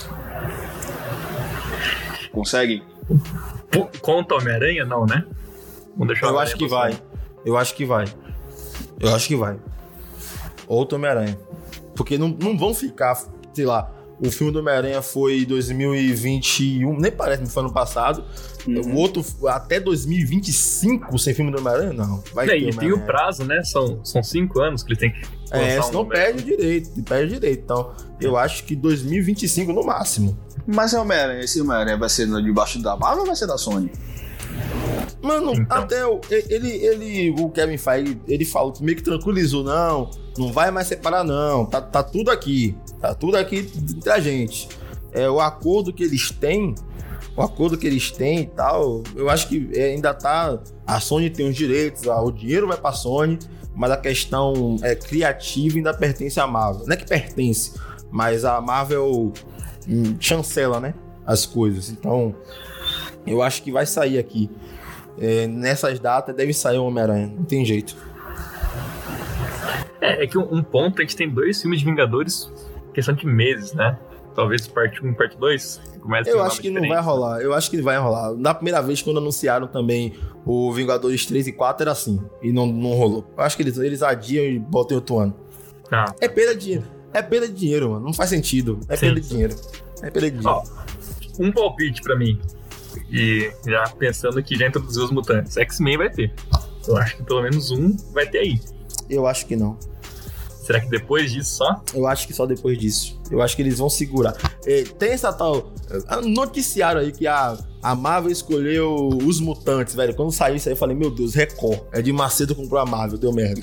Conseguem? Conta Homem-Aranha? Não, né? Vamos deixar Eu acho que vai. Eu acho que vai. Eu acho que vai. Outro Homem-Aranha. Porque não, não vão ficar, sei lá, o filme do Homem-Aranha foi dois mil e vinte e um, nem parece que foi ano passado. Uhum. O outro, até dois mil e vinte e cinco sem filme do Homem-Aranha? Não. Vai é, ter e tem o prazo, né? São, são cinco anos que ele tem que É, senão um perde o direito, perde o direito. Então, eu acho que dois mil e vinte e cinco no máximo. Mas é Homem-Aranha, esse Homem-Aranha vai ser debaixo da Marvel ou vai ser da Sony? Mano, então. até o, ele, ele, o Kevin Feige, ele falou que meio que tranquilizou, não, não vai mais separar não, tá, tá tudo aqui, tá tudo aqui entre a gente. É, o acordo que eles têm, o acordo que eles têm e tal, eu acho que ainda tá, a Sony tem os direitos, o dinheiro vai pra Sony, mas a questão é, criativa ainda pertence à Marvel. Não é que pertence, mas a Marvel hum, chancela, né, as coisas. Então, eu acho que vai sair aqui. É, nessas datas deve sair o Homem-Aranha, não tem jeito. É, é que um, um ponto, a gente tem dois filmes de Vingadores, questão de meses, né? Talvez parte um, parte dois. Eu acho que não vai rolar, eu acho que vai rolar. Na primeira vez, quando anunciaram também o Vingadores três e quatro, era assim, e não, não rolou. Eu acho que eles, eles adiam e botam em outro ano. Ah. É perda de dinheiro, é perda de dinheiro, mano, não faz sentido. É sim, perda de dinheiro, é perda de dinheiro. Ó, um palpite pra mim. E já pensando que já introduziu os mutantes, X-Men vai ter. Eu acho que pelo menos um vai ter aí. Eu acho que não. Será que depois disso só? Eu acho que só depois disso. Eu acho que eles vão segurar. É, tem essa tal... Noticiaram aí que a, a Marvel escolheu os mutantes, velho. Quando saiu isso aí, eu falei, meu Deus, Record. É de Macedo comprou a Marvel, deu merda.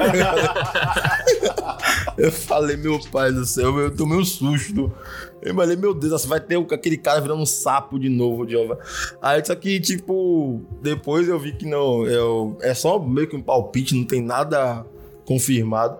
Eu falei, meu pai do céu, eu tomei um susto. Eu falei, meu Deus, assim, vai ter aquele cara virando um sapo de novo, Jeová. Aí só que, tipo, depois eu vi que não, eu, é só meio que um palpite, não tem nada confirmado.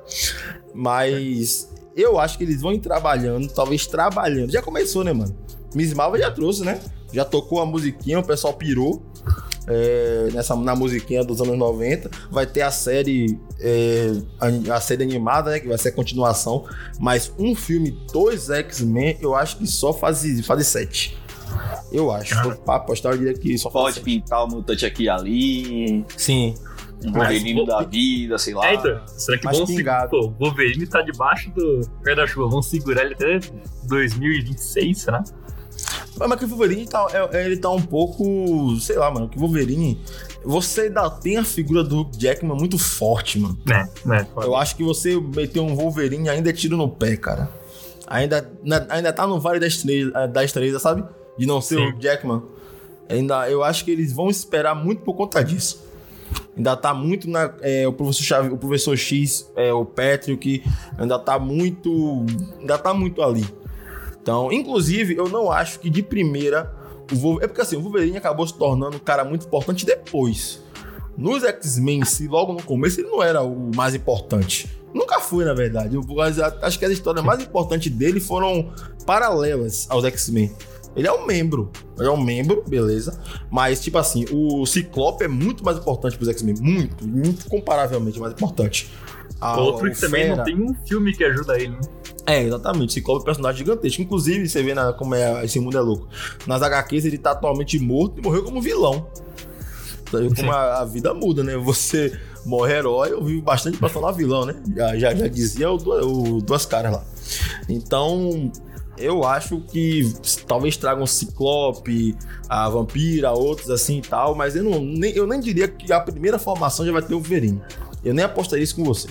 Mas eu acho que eles vão ir trabalhando, talvez trabalhando. Já começou, né, mano? Miss Marvel já trouxe, né? Já tocou a musiquinha, o pessoal pirou. É, nessa, na musiquinha dos anos noventa. Vai ter a série é, a, a série animada, né, que vai ser a continuação, mas um filme dos X-Men eu acho que só fase, fase sete. Eu acho, ah. Pra apostar eu diria que só pode pintar o mutante aqui e ali. Sim. Um Wolverine da vida, sei lá. É, então, será que vão segurar? Pô, o Wolverine tá debaixo do guarda-chuva, vão segurar ele até dois mil e vinte e seis, será? Mas que o Wolverine tá, ele tá um pouco, sei lá, mano, que o Wolverine, você ainda tem a figura do Hugh Jackman muito forte, mano. É, é. Eu acho que você meter um Wolverine ainda é tiro no pé, cara. Ainda, ainda tá no Vale da Estrela, da Estrela, sabe? De não ser Sim. o Hugh Jackman. Ainda, eu acho que eles vão esperar muito por conta disso. Ainda tá muito na... É, o, professor Chave, o professor X, é, o Patrick, ainda tá muito... Ainda tá muito ali. Então, inclusive, eu não acho que de primeira... O Wolverine, é porque assim, o Wolverine acabou se tornando um cara muito importante depois. Nos X-Men, se logo no começo, ele não era o mais importante. Nunca foi, na verdade. Eu, acho que as histórias mais importantes dele foram paralelas aos X-Men. Ele é um membro. Ele é um membro, beleza. Mas, tipo assim, o Ciclope é muito mais importante pros X-Men. Muito, muito comparavelmente mais importante. A, Outro que também Fera... não tem um filme que ajuda ele, né? É, exatamente. Ciclope é um personagem gigantesco. Inclusive, você vê na, como é, esse mundo é louco. Nas agá quês, ele tá atualmente morto e morreu como vilão. Então, como a, a vida muda, né? Você morre herói, eu vivo bastante pra falar vilão, né? Já, já, já dizia o, o Duas Caras lá. Então, eu acho que talvez tragam Ciclope, a Vampira, outros assim e tal, mas eu, não, nem, eu nem diria que a primeira formação já vai ter o Wolverine. Eu nem apostaria isso com você.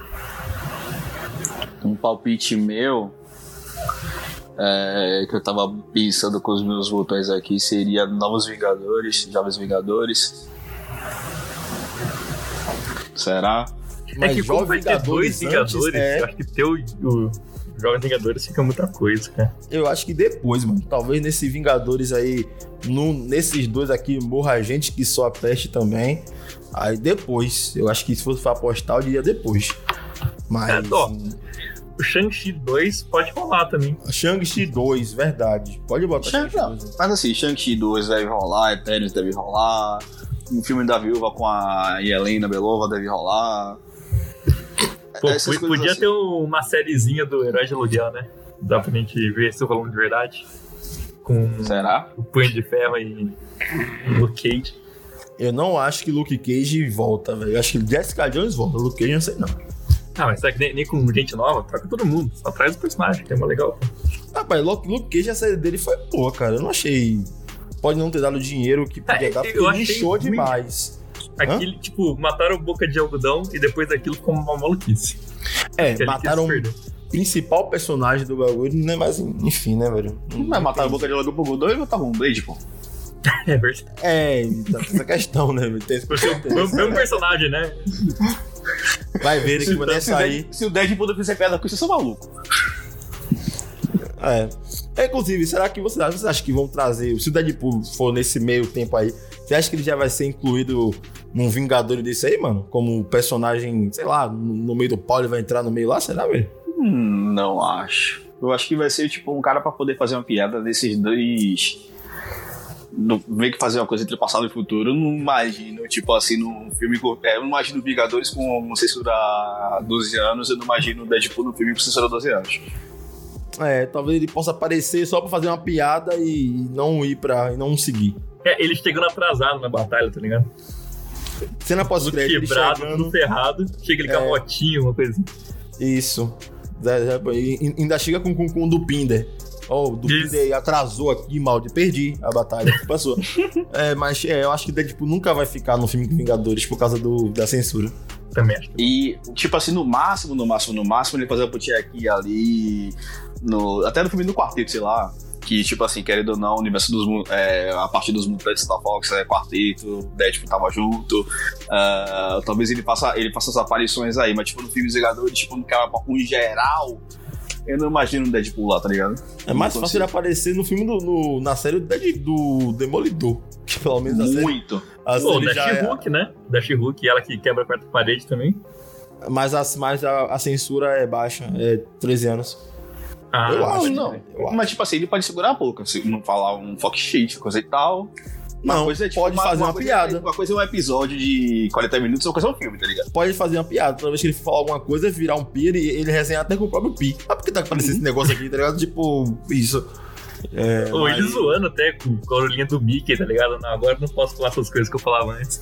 Um palpite meu, é, que eu tava pensando com os meus botões aqui, seria Novos Vingadores, Jovens Vingadores. Será? É que como vai ter dois Vingadores, é... eu acho que ter o, o Jovens Vingadores fica muita coisa, cara. Eu acho que depois, mano. Talvez nesse Vingadores aí, no, nesses dois aqui, morra a gente que só a peste também. Aí depois, eu acho que se fosse pra apostar, eu diria depois. Mas... É, ó, o Shang-Chi dois pode rolar também. Shang-Chi dois, verdade. Pode botar Shang- Shang-Chi dois. Mas assim, Shang-Chi dois deve rolar, Eternos deve rolar, um filme da Viúva com a Yelena Belova deve rolar. Pô, podia assim. ter uma sériezinha do Herói de Aluguel, né? Dá pra gente ver se eu falando de verdade. Com Será? o Punho de Ferro e o Luke Cage. Eu não acho que Luke Cage volta, velho. Eu acho que Jessica Jones volta. Luke Cage eu não sei não. Ah, mas será que nem, nem com gente nova? Troca todo mundo. Só traz o personagem, que é mais legal. Rapaz, Luke, Luke Cage, a série dele foi boa, cara. Eu não achei... Pode não ter dado o dinheiro que podia É, dar, porque eu ele achei inchou ruim. demais. Aquele, tipo, mataram Boca de Algodão e depois daquilo ficou uma maluquice. É, mataram o principal personagem do bagulho, né? Mas enfim, né, velho? Não vai matar a Boca de Algodão e botar um Blade, pô. É verdade. É, essa questão, né? Tem esse o mesmo personagem, né? Vai ver que vai se, sair. Se o Deadpool fizer piada com isso, eu sou maluco. É. Inclusive, será que você acha, você acha que vão trazer, se o Deadpool for nesse meio tempo aí, você acha que ele já vai ser incluído num Vingador desse aí, mano? Como personagem, sei lá, no meio do pau, ele vai entrar no meio lá, será, velho? Hum, não acho. Eu acho que vai ser tipo um cara pra poder fazer uma piada desses dois. No, meio que fazer uma coisa entre o passado e o futuro. Eu não imagino, tipo assim, num filme. É, eu não imagino Vingadores com censura doze anos, eu não imagino o Deadpool no filme com censura doze anos. É, talvez ele possa aparecer só pra fazer uma piada e não ir pra. e não seguir. É, ele chegando atrasado na batalha, tá ligado? Cena pós-crédito, ele quebrado, chegando... tudo ferrado. Chega ele com É. a motinha, uma coisa assim. Isso. E ainda chega com, com, com o Dupinder. Ó, oh, o Dupinder atrasou aqui, mal, perdi a batalha, passou. É, mas é, eu acho que Deadpool nunca vai ficar no filme Vingadores por causa do, da censura. Também acho. E, tipo assim, no máximo, no máximo, no máximo, ele fazer uma putinha aqui e ali. No, até no filme do Quarteto, sei lá. Que, tipo assim, querendo ou não, o universo dos é, a partir dos mutantes da Fox é Quarteto, Deadpool tava junto. Uh, talvez ele faça, ele faça essas aparições aí, mas, tipo, no filme Vingadores, tipo, no cara em geral. Eu não imagino o Deadpool lá, tá ligado? É mais não fácil ele aparecer no filme do. No, na série do, do Demolidor. Que pelo menos a série. Muito. A Pô, série da já She-Hulk, é... né? Da She-Hulk, ela que quebra a quarta parede também. Mas, a, mas a, a censura é baixa, é treze anos. Ah, eu Não, acho. não. Eu Mas, tipo assim, ele pode segurar a boca, se não falar um fuck shit, coisa e tal. Uma Não, coisa é, tipo, pode fazer uma coisa piada. É, uma coisa é um episódio de quarenta minutos, outra coisa é um filme, tá ligado? Pode fazer uma piada. Toda vez que ele falar alguma coisa, virar um pi, ele, ele resenha até com o próprio pi. Ah, por que tá aparecendo esse negócio aqui, tá ligado? Tipo, isso. É, Pô, mas... ele zoando até com, com a orelhinha do Mickey, tá ligado? Não, agora eu não posso falar essas coisas que eu falava antes.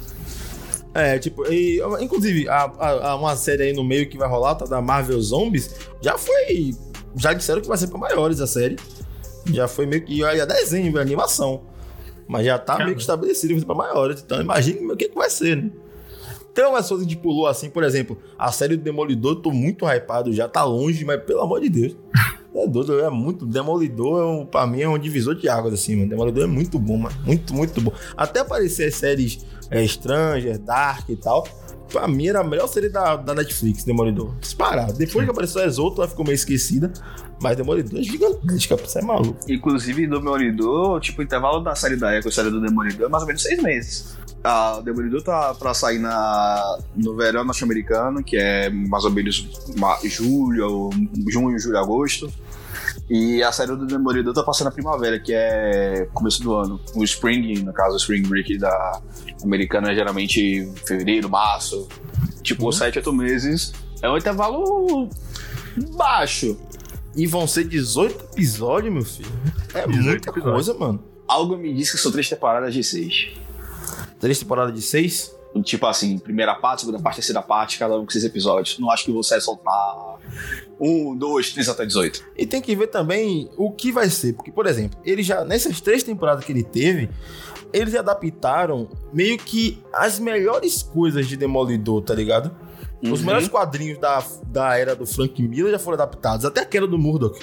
É, tipo, e, inclusive, a, a, a uma série aí no meio que vai rolar, tá, da Marvel Zombies, já foi. Já disseram que vai ser pra maiores a série. Já foi meio que. É desenho, é animação. Mas já tá Caramba. meio que estabelecido que vai ser pra maiores. Então imagine o que, que vai ser, né? Tem umas coisas que pulou assim, por exemplo, a série do Demolidor, eu tô muito hypado, já tá longe, mas pelo amor de Deus. É doido, é muito. Demolidor, é um, pra mim, é um divisor de águas, assim, mano. Demolidor é muito bom, mano. Muito, muito bom. Até aparecer as séries é, Stranger, Dark e tal. Pra mim, era a melhor série da, da Netflix, Demolidor. Disparado. Depois que apareceu as outras, ela ficou meio esquecida. Mas Demolidor é gigantesca, você é maluco. Inclusive, Demolidor, tipo, o intervalo da série da Echo e a série do Demolidor é mais ou menos seis meses. A o Demolidor tá pra sair na, no verão norte-americano, que é mais ou menos ma- julho, junho, julho, agosto. E a série do Demolidor tá passando na primavera, que é começo do ano. O Spring, no caso, o Spring Break da americana é geralmente fevereiro, março. Tipo, Uhum. sete, oito meses. É um intervalo baixo. E vão ser dezoito episódios, meu filho. É dezoito muita episódios. coisa, mano. Algo me diz que são três temporadas de seis. Três temporadas de seis? Tipo assim, primeira parte, segunda parte, terceira parte, cada um com seis episódios. Não acho que você vai soltar um, dois, três até dezoito. E tem que ver também o que vai ser. Porque, por exemplo, ele já, nessas três temporadas que ele teve, eles adaptaram meio que as melhores coisas de Demolidor, tá ligado? Uhum. Os melhores quadrinhos da, da era do Frank Miller já foram adaptados. Até a queda do Murdoch.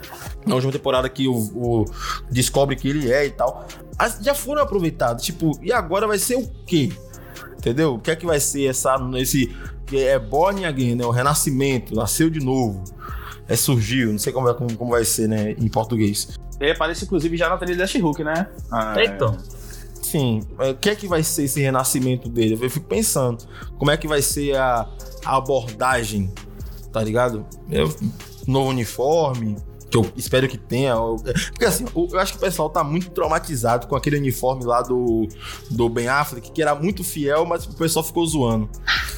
Na última temporada que o, o descobre que ele é e tal. As, já foram aproveitados. Tipo, e agora vai ser o quê? Entendeu? O que é que vai ser essa, esse... Que é Born Again, né? O renascimento. Nasceu de novo. É surgiu. Não sei como, é, como, como vai ser, né? Em português. Ele aparece, inclusive, já na trilha da She-Hulk, né? Ah, então... Sim, o que é que vai ser esse renascimento dele? Eu fico pensando, como é que vai ser a, a abordagem, tá ligado? Eu, novo uniforme, que eu espero que tenha. Porque assim, eu, eu acho que o pessoal tá muito traumatizado com aquele uniforme lá do, do Ben Affleck, que era muito fiel, mas o pessoal ficou zoando.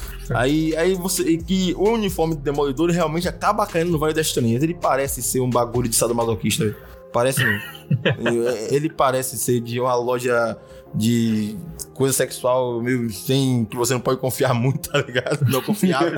Aí, aí você. Que o uniforme do Demolidor realmente acaba caindo no Vale das Estrelinhas. Ele parece ser um bagulho de sadomasoquista, velho. Parece não. Ele parece ser de uma loja de coisa sexual meio sem que você não pode confiar muito, tá ligado? Não confiável.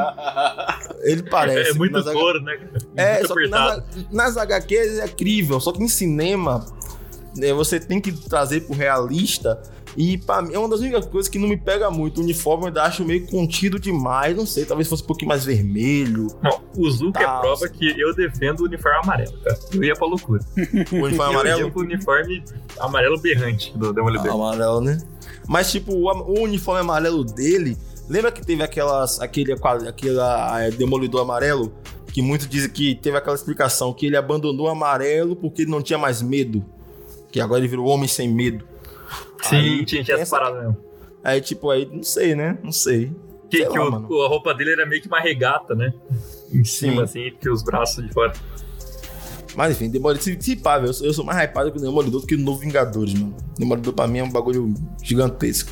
Assim. Ele parece. É, é muito couro, né? É, muito só que nas, nas agá quês é incrível. Só que em cinema, né, você tem que trazer pro realista. E pra mim, é uma das únicas coisas que não me pega muito. O uniforme eu ainda acho meio contido demais. Não sei, talvez fosse um pouquinho mais vermelho. Não, o Zuko é prova que eu defendo o uniforme amarelo, cara. Eu ia pra loucura. O uniforme amarelo? Eu ia pro uniforme amarelo berrante do Demolidor. Ah, amarelo, né? Mas, tipo, o, o uniforme amarelo dele... Lembra que teve aquelas, aquele, aquela é, Demolidor amarelo? Que muitos dizem que teve aquela explicação que ele abandonou o amarelo porque ele não tinha mais medo. Que agora ele virou homem sem medo. Sim, aí, tinha, tinha essa parada mesmo. Aí, tipo, aí, não sei, né? Não sei. Que, sei que lá, o, a roupa dele era meio que uma regata, né? Em cima, assim, que os braços de fora. Mas, enfim, Demolidor, se, se pá, velho, eu sou, eu sou mais hypado com o Demolidor do que o novo Vingadores, mano. Demolidor, pra mim, é um bagulho gigantesco.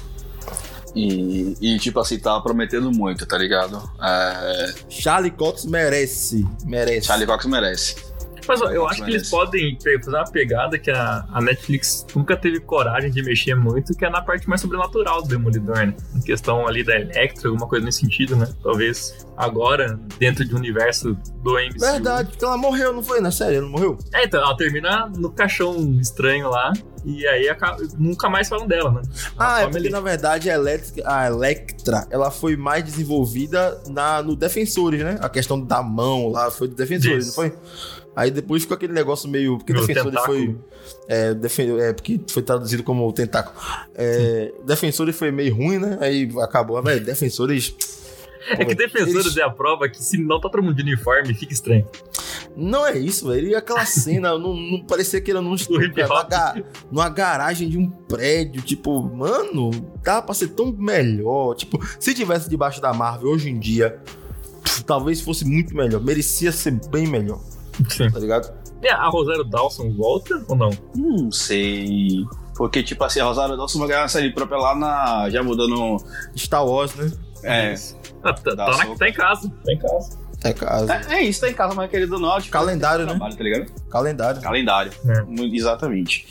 E, e tipo assim, tá prometendo muito, tá ligado? É... Charlie Cox merece. Merece. Charlie Cox merece. Mas ó, eu acho que eles podem fazer uma pegada que a, a Netflix nunca teve coragem de mexer muito, que é na parte mais sobrenatural do Demolidor, né? Em questão ali da Electra, alguma coisa nesse sentido, né? Talvez agora, dentro de um universo do M C U. Verdade, porque ela morreu, não foi? Na série, ela não morreu? É, então, ela termina no caixão estranho lá, e aí acaba, nunca mais falam dela, né? Ela ah, é porque ali, na verdade a Electra, a Electra, ela foi mais desenvolvida na, no Defensores, né? A questão da mão lá foi do Defensores, Isso. não foi? Aí depois ficou aquele negócio meio... Porque Meu Defensores foi... É, defen, é, porque foi traduzido como tentáculo. É, Defensores foi meio ruim, né? Aí acabou. Velho, Defensores... É que Defensores eles... é a prova que se não tá todo mundo de uniforme, fica estranho. Não é isso, velho. E aquela cena, não, não parecia que era num estúdio, numa, ga, numa garagem de um prédio. Tipo, mano, dava pra ser tão melhor. Tipo, se tivesse debaixo da Marvel hoje em dia, talvez fosse muito melhor. Merecia ser bem melhor. Sim. Tá ligado? E a Rosário Dawson volta ou não? Não sei. Porque, tipo assim, a Rosário Dawson vai ganhar uma série própria lá na... Já mudando... Star Wars, né? É. Ah, tá, tá, na, tá em casa. Tá em casa. Tá em casa. É, é isso, tá em casa, mas querido não. Tipo, calendário, né? Trabalho, tá ligado? Calendário. Calendário. É. Exatamente.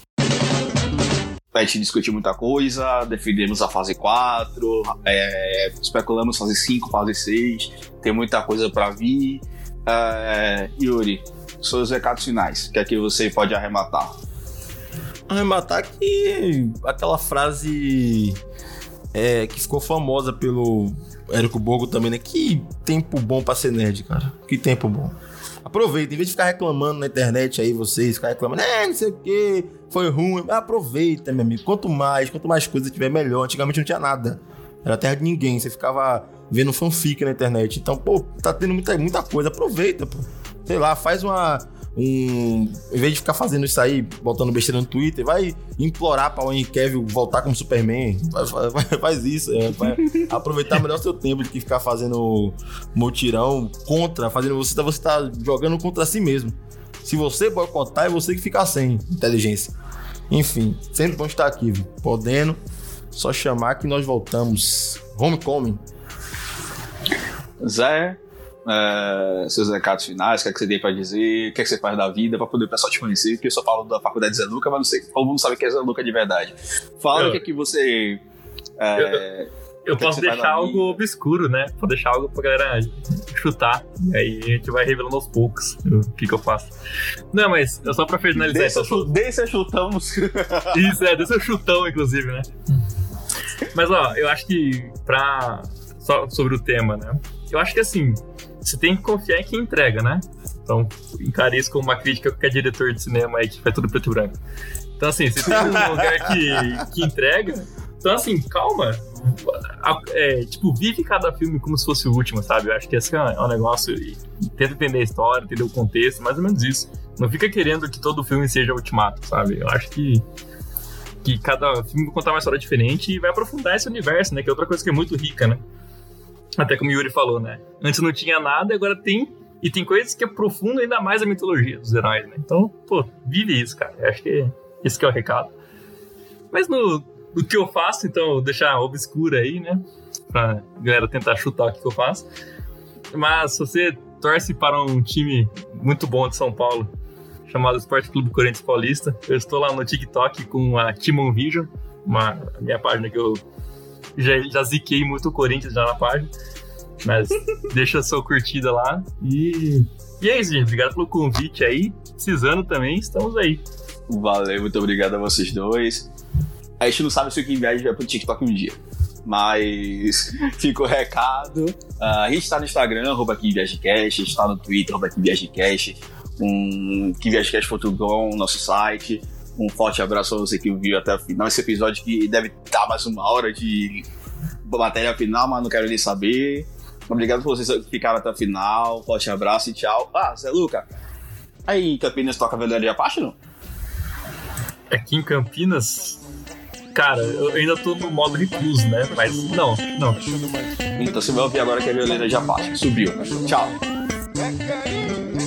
A gente discutiu muita coisa, defendemos a fase quatro, é, especulamos fase cinco, fase seis, tem muita coisa pra vir. É, Yuri, seus recados finais, o que é que você pode arrematar? Arrematar que aquela frase é, que ficou famosa pelo Érico Borgo também, né? Que tempo bom pra ser nerd, cara. Que tempo bom. Aproveita, em vez de ficar reclamando na internet aí, vocês, ficar reclamando, é, não sei o que, foi ruim. Aproveita, meu amigo. Quanto mais, quanto mais coisa tiver, melhor. Antigamente não tinha nada. Era terra de ninguém. Você ficava vendo fanfic na internet. Então, pô, tá tendo muita, muita coisa. Aproveita, pô. Sei lá, faz uma... Um, em vez de ficar fazendo isso aí, botando besteira no Twitter, vai implorar pra o Henry Cavill voltar como Superman. Faz, faz, faz isso. É, vai aproveitar melhor o seu tempo do que ficar fazendo mutirão contra, fazendo você, você tá jogando contra si mesmo. Se você boicotar, é você que fica sem inteligência. Enfim, sempre bom estar aqui, viu? Podendo, só chamar que nós voltamos. Homecoming. Zé, é, seus recados finais, o que é que você tem pra dizer, o que é que você faz da vida pra poder o pessoal te conhecer, porque eu só falo da faculdade de Zé Luca, mas não sei, todo mundo sabe que é Zé Luca de verdade. Fala eu, o que é que você é, Eu posso deixar algo obscuro, né? Posso deixar algo pra galera chutar. E aí a gente vai revelando aos poucos o que que eu faço. Não, mas é só pra finalizar. Deixa eu deixa chutamos. Isso, é, deixa eu chutão, inclusive, né? Mas, ó, eu acho que pra... Só sobre o tema, né? Eu acho que, assim, você tem que confiar em quem entrega, né? Então, encare isso como uma crítica a qualquer diretor de cinema aí que faz tudo preto e branco. Então, assim, você tem um lugar que, que entrega... Então, assim, calma. É, tipo, vive cada filme como se fosse o último, sabe? Eu acho que esse é um negócio. Tenta entender a história, entender o contexto, mais ou menos isso. Não fica querendo que todo filme seja ultimato, sabe? Eu acho que, que cada filme vai contar uma história diferente e vai aprofundar esse universo, né? Que é outra coisa que é muito rica, né? Até como o Yuri falou, né? Antes não tinha nada, agora tem. E tem coisas que aprofundam ainda mais a mitologia dos heróis, né? Então, pô, vive isso, cara. Eu acho que esse que é o recado. Mas no. Do que eu faço, então, vou deixar obscuro aí, né? Pra galera tentar chutar o que eu faço. Mas se você torce para um time muito bom de São Paulo, chamado Esporte Clube Corinthians Paulista, eu estou lá no TikTok com a Timon Vision, uma minha página que eu já, já ziquei muito o Corinthians já na página. Mas deixa a sua curtida lá. E, e é isso, gente. Obrigado pelo convite aí. Precisando também, estamos aí. Valeu, muito obrigado a vocês dois. A gente não sabe se o Kim Viagem vai pro TikTok um dia, mas fica o recado. Uh, a gente tá no Instagram, arroba KimViagemCast, a gente tá no Twitter, arroba KimViagemCast, um, Kim Viagem Cast ponto com, nosso site. Um forte abraço a você que viu até o final esse episódio, que deve dar mais uma hora de matéria final, mas não quero nem saber. Obrigado por vocês que ficaram até o final. Forte abraço e tchau. Ah, Zé Luca, aí em Campinas toca Violeira de Apache, não? Aqui em Campinas... Cara, eu ainda tô no modo recluso, né? Mas não, não. Então você vai ouvir agora que a Violeira de Apache subiu. Tchau.